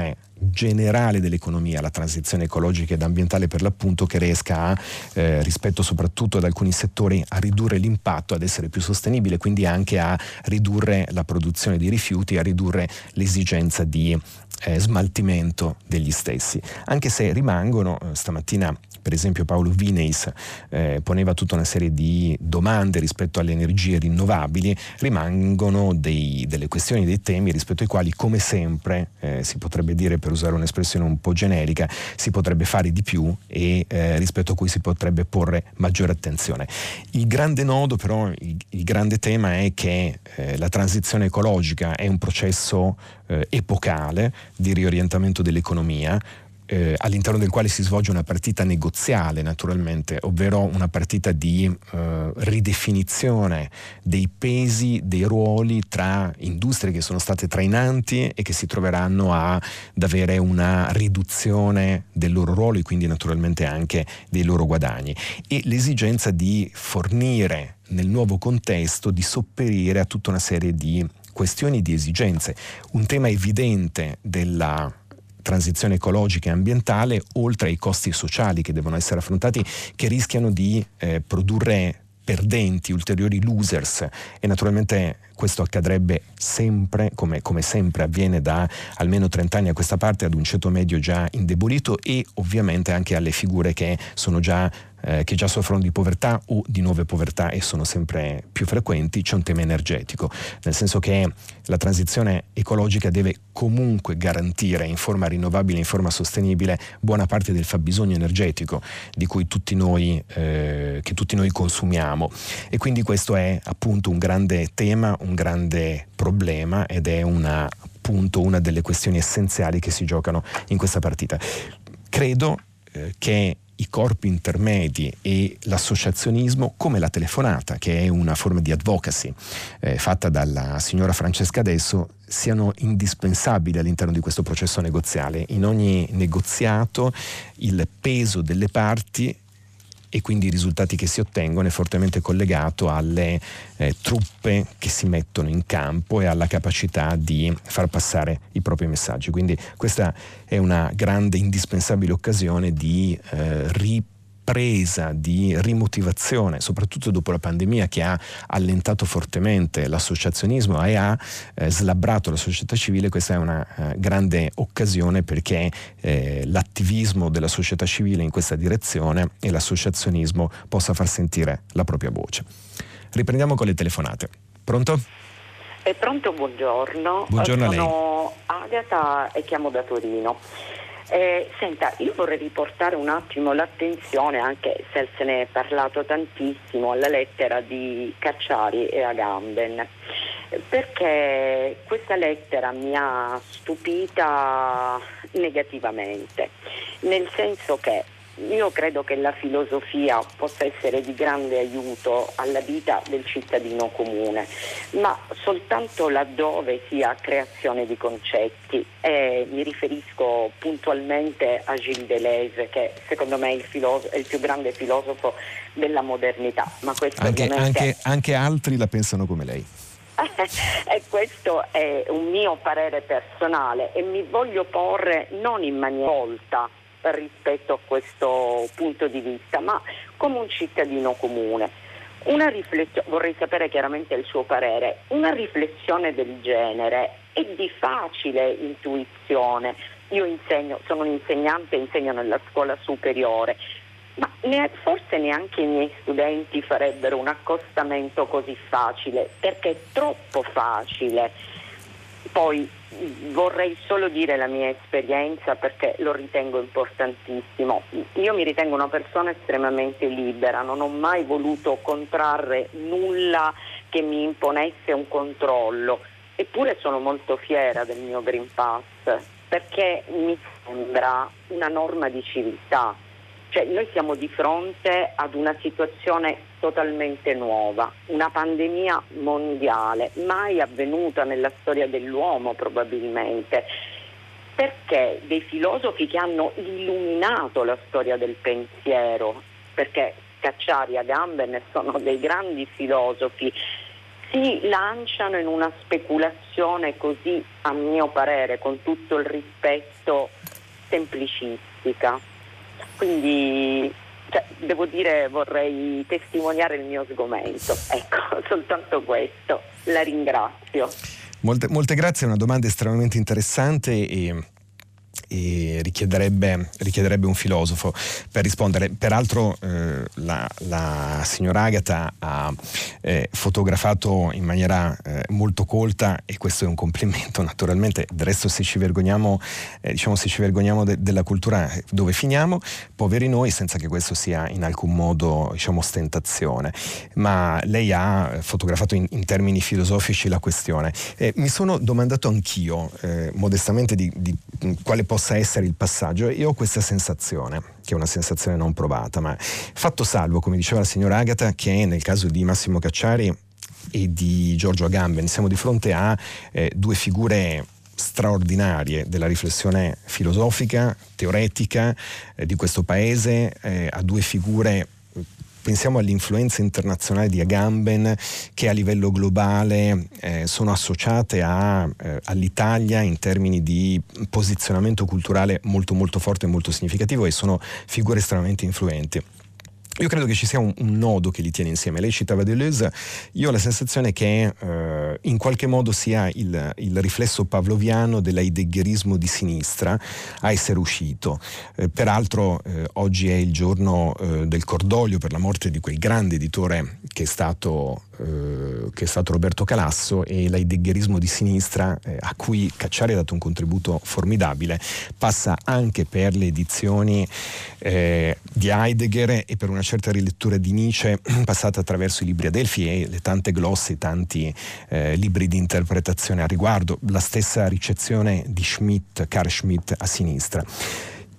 generale dell'economia, la transizione ecologica ed ambientale per l'appunto, che riesca a, eh, rispetto soprattutto ad alcuni settori, a ridurre l'impatto, ad essere più sostenibile, quindi anche a ridurre la produzione di rifiuti, a ridurre l'esigenza di eh, smaltimento degli stessi. Anche se rimangono, eh, stamattina per esempio Paolo Vineis eh, poneva tutta una serie di domande rispetto alle energie rinnovabili, rimangono dei, delle questioni, dei temi rispetto ai quali, come sempre, eh, si potrebbe dire, per usare un'espressione un po' generica, si potrebbe fare di più e eh, rispetto a cui si potrebbe porre maggiore attenzione. Il grande nodo però, il, il grande tema è che eh, la transizione ecologica è un processo eh, epocale di riorientamento dell'economia, Eh, all'interno del quale si svolge una partita negoziale, naturalmente, ovvero una partita di eh, ridefinizione dei pesi, dei ruoli tra industrie che sono state trainanti e che si troveranno a, ad avere una riduzione del loro ruolo e quindi naturalmente anche dei loro guadagni, e l'esigenza di fornire nel nuovo contesto, di sopperire a tutta una serie di questioni, di esigenze. Un tema evidente della transizione ecologica e ambientale, oltre ai costi sociali che devono essere affrontati, che rischiano di eh, produrre perdenti, ulteriori losers, e naturalmente questo accadrebbe sempre, come, come sempre avviene da almeno trenta anni a questa parte, ad un ceto medio già indebolito e ovviamente anche alle figure che sono già eh, che già soffrono di povertà o di nuove povertà e sono sempre più frequenti. C'è un tema energetico, nel senso che la transizione ecologica deve comunque garantire in forma rinnovabile, in forma sostenibile, buona parte del fabbisogno energetico di cui tutti noi eh, che tutti noi consumiamo, e quindi questo è appunto un grande tema, un grande problema, ed è una, appunto una delle questioni essenziali che si giocano in questa partita. Credo eh, che i corpi intermedi e l'associazionismo, come la telefonata, che è una forma di advocacy eh, fatta dalla signora Francesca adesso, siano indispensabili all'interno di questo processo negoziale. In ogni negoziato il peso delle parti e quindi i risultati che si ottengono è fortemente collegato alle eh, truppe che si mettono in campo e alla capacità di far passare i propri messaggi. Quindi questa è una grande, indispensabile occasione di eh, ripresa, di rimotivazione, soprattutto dopo la pandemia che ha allentato fortemente l'associazionismo e ha eh, slabbrato la società civile. Questa è una eh, grande occasione perché eh, l'attivismo della società civile in questa direzione e l'associazionismo possa far sentire la propria voce. Riprendiamo con le telefonate. Pronto? È pronto, buongiorno. Buongiorno a lei. Sono Agata e chiamo da Torino. Eh, senta, io vorrei riportare un attimo l'attenzione, anche se se ne è parlato tantissimo, alla lettera di Cacciari e Agamben, perché questa lettera mi ha stupita negativamente, nel senso che io credo che la filosofia possa essere di grande aiuto alla vita del cittadino comune, ma soltanto laddove sia creazione di concetti, e mi riferisco puntualmente a Gilles Deleuze, che secondo me è il, filoso- è il più grande filosofo della modernità. Ma questo anche, ovviamente... anche, anche altri la pensano come lei. E questo è un mio parere personale e mi voglio porre non in maniera volta rispetto a questo punto di vista, ma come un cittadino comune. Una riflessione, vorrei sapere chiaramente il suo parere, una riflessione del genere è di facile intuizione. Io insegno, sono un insegnante, insegno nella scuola superiore, ma ne, forse neanche i miei studenti farebbero un accostamento così facile, perché è troppo facile. Poi vorrei solo dire la mia esperienza, perché lo ritengo importantissimo. Io mi ritengo una persona estremamente libera, non ho mai voluto contrarre nulla che mi imponesse un controllo, eppure sono molto fiera del mio Green Pass, perché mi sembra una norma di civiltà. Cioè, noi siamo di fronte ad una situazione totalmente nuova, una pandemia mondiale, mai avvenuta nella storia dell'uomo probabilmente, perché dei filosofi che hanno illuminato la storia del pensiero, perché Cacciari e Agamben sono dei grandi filosofi, si lanciano in una speculazione così, a mio parere, con tutto il rispetto, semplicistica. Quindi, cioè, devo dire, vorrei testimoniare il mio sgomento. Ecco, soltanto questo. La ringrazio. Molte, molte grazie, è una domanda estremamente interessante e, e richiederebbe, richiederebbe un filosofo per rispondere. Peraltro eh, la, la signora Agata ha eh, fotografato in maniera eh, molto colta, e questo è un complimento naturalmente. Del resto, se ci vergogniamo eh, diciamo se ci vergogniamo de- della cultura, dove finiamo? Poveri noi, senza che questo sia in alcun modo, diciamo, ostentazione. Ma lei ha fotografato in, in termini filosofici la questione. Eh, mi sono domandato anch'io eh, modestamente di, di quale possa essere il passaggio, e ho questa sensazione, che è una sensazione non provata, ma fatto salvo, come diceva la signora Agata, che nel caso di Massimo Cacciari e di Giorgio Agamben siamo di fronte a eh, due figure straordinarie della riflessione filosofica, teoretica eh, di questo paese, eh, a due figure. Pensiamo all'influenza internazionale di Agamben, che a livello globale eh, sono associate a, eh, all'Italia in termini di posizionamento culturale molto molto forte e molto significativo, e sono figure estremamente influenti. Io credo che ci sia un, un nodo che li tiene insieme. Lei citava Deleuze, io ho la sensazione che eh, in qualche modo sia il, il riflesso pavloviano dell'heideggerismo di sinistra a essere uscito. Eh, peraltro eh, oggi è il giorno eh, del cordoglio per la morte di quel grande editore che è stato, eh, che è stato Roberto Calasso, e l'heideggerismo di sinistra, eh, a cui Cacciari ha dato un contributo formidabile, passa anche per le edizioni eh, di Heidegger e per una certa rilettura di Nietzsche, passata attraverso i libri Adelphi e le tante glosse, i tanti eh, libri di interpretazione a riguardo, la stessa ricezione di Schmitt, Carl Schmitt a sinistra.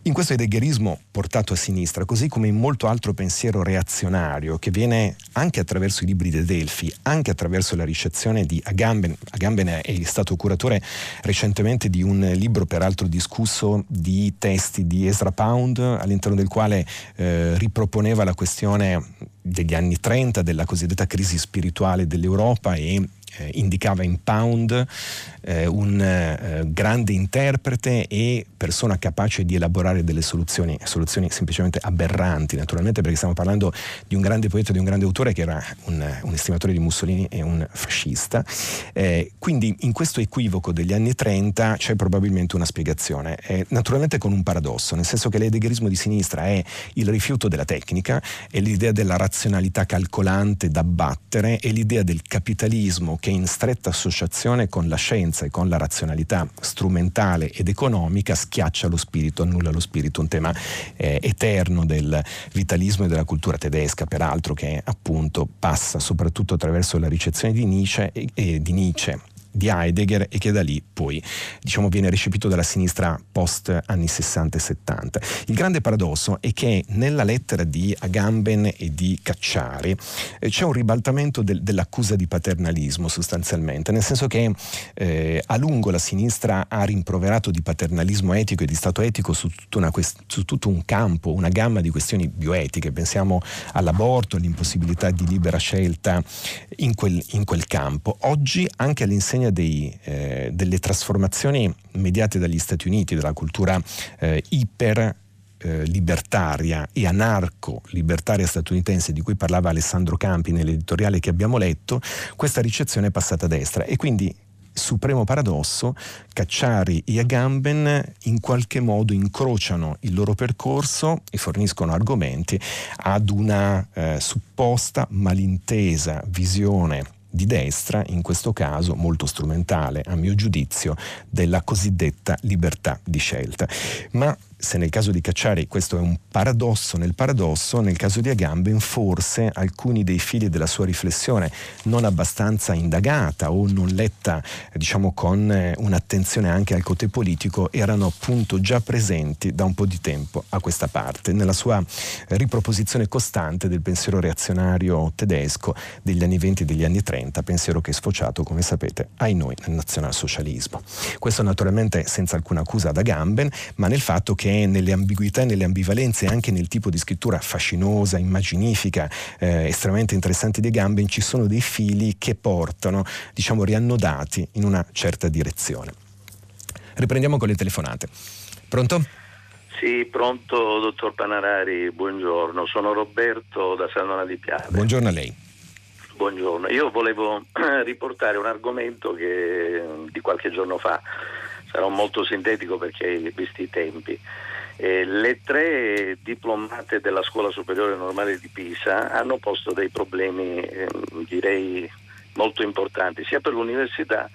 In questo heideggerismo portato a sinistra, così come in molto altro pensiero reazionario che viene anche attraverso i libri di Delphi, anche attraverso la ricezione di Agamben. Agamben è stato curatore recentemente di un libro peraltro discusso di testi di Ezra Pound, all'interno del quale eh, riproponeva la questione degli anni trenta, della cosiddetta crisi spirituale dell'Europa, e Eh, indicava in Pound eh, un eh, grande interprete e persona capace di elaborare delle soluzioni, soluzioni semplicemente aberranti, naturalmente, perché stiamo parlando di un grande poeta, di un grande autore che era un, un estimatore di Mussolini e un fascista. Eh, quindi in questo equivoco degli anni trenta c'è probabilmente una spiegazione, eh, naturalmente con un paradosso, nel senso che l'heideggerismo di sinistra è il rifiuto della tecnica, è l'idea della razionalità calcolante da battere, è l'idea del capitalismo che in stretta associazione con la scienza e con la razionalità strumentale ed economica schiaccia lo spirito, annulla lo spirito, un tema eh, eterno del vitalismo e della cultura tedesca, peraltro, che appunto passa soprattutto attraverso la ricezione di Nietzsche e, e di Nietzsche di Heidegger, e che da lì poi, diciamo, viene recepito dalla sinistra post anni sessanta e settanta. Il grande paradosso è che nella lettera di Agamben e di Cacciari eh, c'è un ribaltamento del, dell'accusa di paternalismo, sostanzialmente, nel senso che eh, a lungo la sinistra ha rimproverato di paternalismo etico e di stato etico su, tutta una quest- su tutto un campo, una gamma di questioni bioetiche. Pensiamo all'aborto, all'impossibilità di libera scelta in quel, in quel campo. Oggi, anche all'insegna Dei, eh, delle trasformazioni mediate dagli Stati Uniti, della cultura eh, iper eh, libertaria e anarco-libertaria statunitense di cui parlava Alessandro Campi nell'editoriale che abbiamo letto, questa ricezione è passata a destra, e quindi, supremo paradosso, Cacciari e Agamben in qualche modo incrociano il loro percorso e forniscono argomenti ad una eh, supposta malintesa visione di destra, in questo caso molto strumentale a mio giudizio, della cosiddetta libertà di scelta. Ma se nel caso di Cacciari questo è un paradosso nel paradosso, nel caso di Agamben forse alcuni dei fili della sua riflessione non abbastanza indagata o non letta, diciamo, con un'attenzione anche al cote politico, erano appunto già presenti da un po' di tempo a questa parte, nella sua riproposizione costante del pensiero reazionario tedesco degli anni venti e degli anni trenta, pensiero che è sfociato, come sapete, ai noi nel nazionalsocialismo. Questo naturalmente senza alcuna accusa ad Agamben, ma nel fatto che nelle ambiguità e nelle ambivalenze, anche nel tipo di scrittura fascinosa, immaginifica, eh, estremamente interessanti di Agamben, ci sono dei fili che portano, diciamo, riannodati in una certa direzione. Riprendiamo con le telefonate. Pronto? Sì, pronto, dottor Panarari, buongiorno. Sono Roberto da Sannona di Piave. Buongiorno a lei. Buongiorno. Io volevo riportare un argomento che di qualche giorno fa, sarò molto sintetico perché visti i tempi. Eh, le tre diplomate della Scuola Superiore Normale di Pisa hanno posto dei problemi, eh, direi, molto importanti, sia per l'università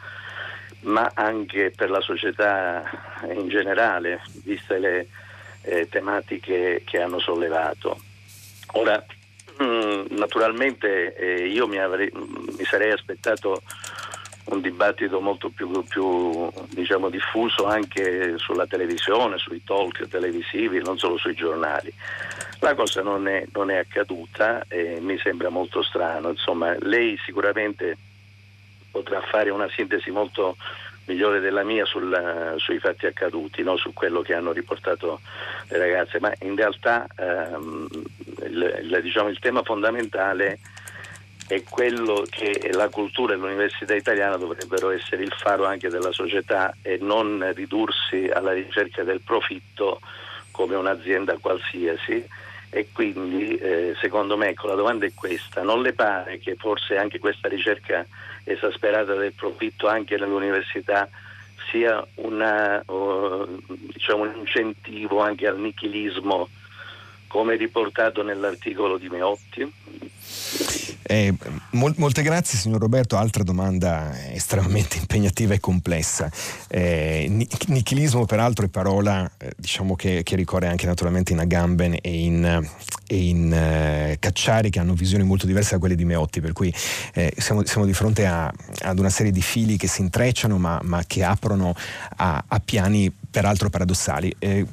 ma anche per la società in generale, viste le eh, tematiche che hanno sollevato. Ora, mh, naturalmente eh, io mi, avrei, mi sarei aspettato un dibattito molto più, più diciamo diffuso anche sulla televisione, sui talk televisivi, non solo sui giornali. La cosa non è, non è accaduta e mi sembra molto strano. Insomma, lei sicuramente potrà fare una sintesi molto migliore della mia sul, sui fatti accaduti, no? Su quello che hanno riportato le ragazze, ma in realtà ehm, il, il, diciamo, il tema fondamentale è quello che la cultura e l'università italiana dovrebbero essere il faro anche della società e non ridursi alla ricerca del profitto come un'azienda qualsiasi. E quindi eh, secondo me, ecco, la domanda è questa: non le pare che forse anche questa ricerca esasperata del profitto anche nell'università sia una, uh, diciamo un incentivo anche al nichilismo, come riportato nell'articolo di Meotti? Eh, mol- molte grazie signor Roberto. Altra domanda estremamente impegnativa e complessa. Eh, nichilismo peraltro è parola eh, diciamo che, che ricorre anche naturalmente in Agamben e in, e in eh, Cacciari, che hanno visioni molto diverse da quelle di Meotti, per cui eh, siamo, siamo di fronte a, ad una serie di fili che si intrecciano ma, ma che aprono a, a piani peraltro paradossali. Eh,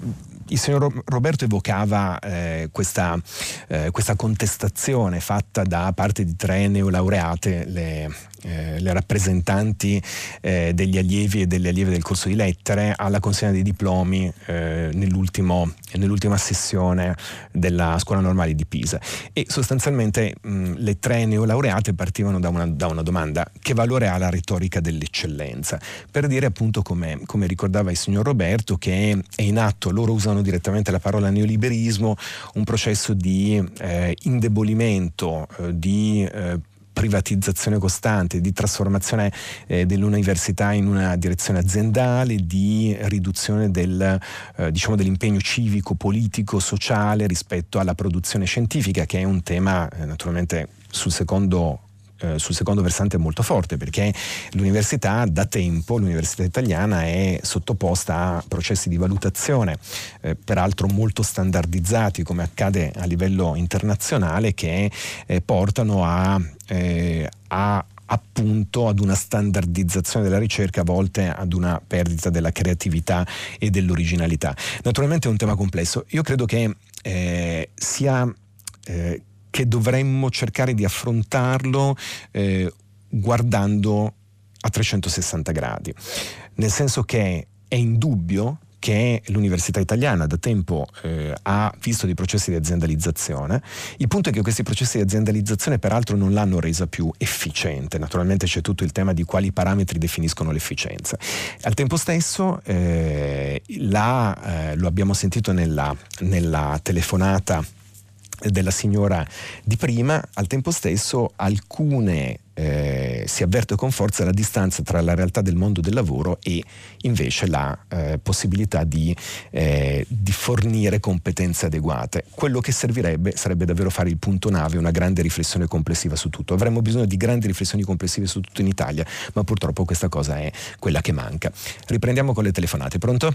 il signor Roberto evocava eh, questa, eh, questa contestazione fatta da parte di tre neolaureate, le, eh, le rappresentanti eh, degli allievi e delle allieve del corso di lettere, alla consegna dei diplomi eh, nell'ultimo, nell'ultima sessione della Scuola Normale di Pisa. E sostanzialmente mh, le tre neolaureate partivano da una, da una domanda: che valore ha la retorica dell'eccellenza? Per dire appunto, come, come ricordava il signor Roberto, che è in atto, loro usano direttamente la parola neoliberismo, un processo di eh, indebolimento, eh, di eh, privatizzazione costante, di trasformazione eh, dell'università in una direzione aziendale, di riduzione del, eh, diciamo dell'impegno civico, politico, sociale rispetto alla produzione scientifica, che è un tema eh, naturalmente sul secondo Eh, sul secondo versante molto forte, perché l'università da tempo, l'università italiana, è sottoposta a processi di valutazione eh, peraltro molto standardizzati, come accade a livello internazionale, che eh, portano a, eh, a appunto ad una standardizzazione della ricerca, a volte ad una perdita della creatività e dell'originalità. Naturalmente è un tema complesso. Io credo che eh, sia eh, che dovremmo cercare di affrontarlo eh, guardando a trecentosessanta gradi, nel senso che è indubbio che l'università italiana da tempo eh, ha visto dei processi di aziendalizzazione. Il punto è che questi processi di aziendalizzazione peraltro non l'hanno resa più efficiente. Naturalmente c'è tutto il tema di quali parametri definiscono l'efficienza. Al tempo stesso eh, la, eh, lo abbiamo sentito nella, nella telefonata della signora di prima, al tempo stesso alcune eh, si avverte con forza la distanza tra la realtà del mondo del lavoro e invece la eh, possibilità di, eh, di fornire competenze adeguate. Quello che servirebbe sarebbe davvero fare il punto nave, una grande riflessione complessiva su tutto. Avremmo bisogno di grandi riflessioni complessive su tutto in Italia, ma purtroppo questa cosa è quella che manca. Riprendiamo con le telefonate. Pronto?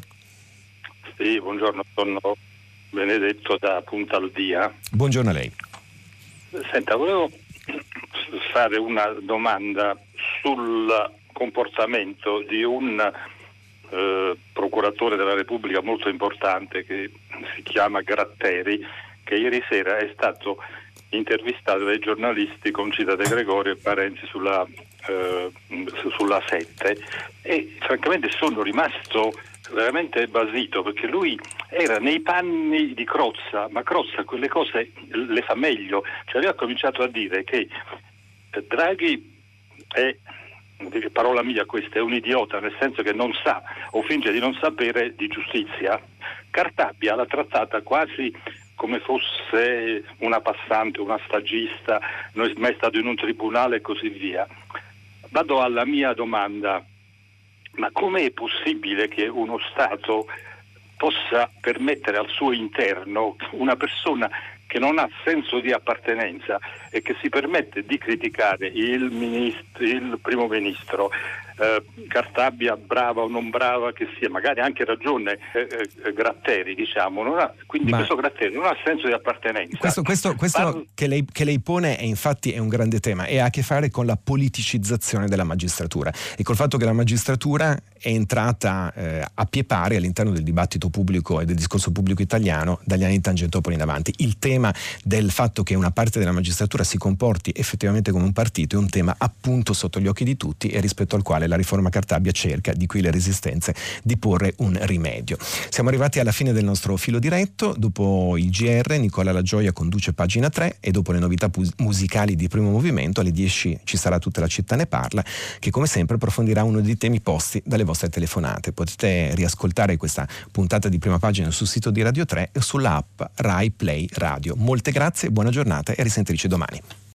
Sì, buongiorno, sono Benedetto da Puntaldia. Buongiorno a lei. Senta, volevo fare una domanda sul comportamento di un eh, procuratore della Repubblica molto importante che si chiama Gratteri, che ieri sera è stato intervistato dai giornalisti Concita De Gregorio e Parenzi sulla, eh, sulla sette, e francamente sono rimasto veramente basito, perché lui era nei panni di Crozza, ma Crozza quelle cose le fa meglio. Cioè aveva cominciato a dire che Draghi è, parola mia questa, è un idiota, nel senso che non sa o finge di non sapere di giustizia. Cartabia l'ha trattata quasi come fosse una passante, una stagista, non è mai stato in un tribunale e così via. Vado alla mia domanda: ma come è possibile che uno Stato possa permettere al suo interno una persona che non ha senso di appartenenza e che si permette di criticare il, ministro, il primo ministro, eh, Cartabia, brava o non brava che sia, magari anche ragione eh, eh, Gratteri, diciamo, non ha, quindi Ma questo Gratteri non ha senso di appartenenza. Questo, questo, questo Parlo... che, lei, che lei pone è infatti è un grande tema e ha a che fare con la politicizzazione della magistratura e col fatto che la magistratura è entrata eh, a pie pari all'interno del dibattito pubblico e del discorso pubblico italiano dagli anni Tangentopoli in avanti. Il tema del fatto che una parte della magistratura si comporti effettivamente come un partito è un tema appunto sotto gli occhi di tutti e rispetto al quale la riforma Cartabia cerca, di qui le resistenze, di porre un rimedio. Siamo arrivati alla fine del nostro filo diretto. Dopo il G R Nicola La Gioia conduce Pagina tre e dopo le novità pu- musicali di Primo Movimento alle dieci ci sarà Tutta la città ne parla, che come sempre approfondirà uno dei temi posti dalle vostre telefonate. Potete riascoltare questa puntata di Prima Pagina sul sito di Radio tre e sulla app Rai Play Radio. Molte grazie, buona giornata e a risentirci domani.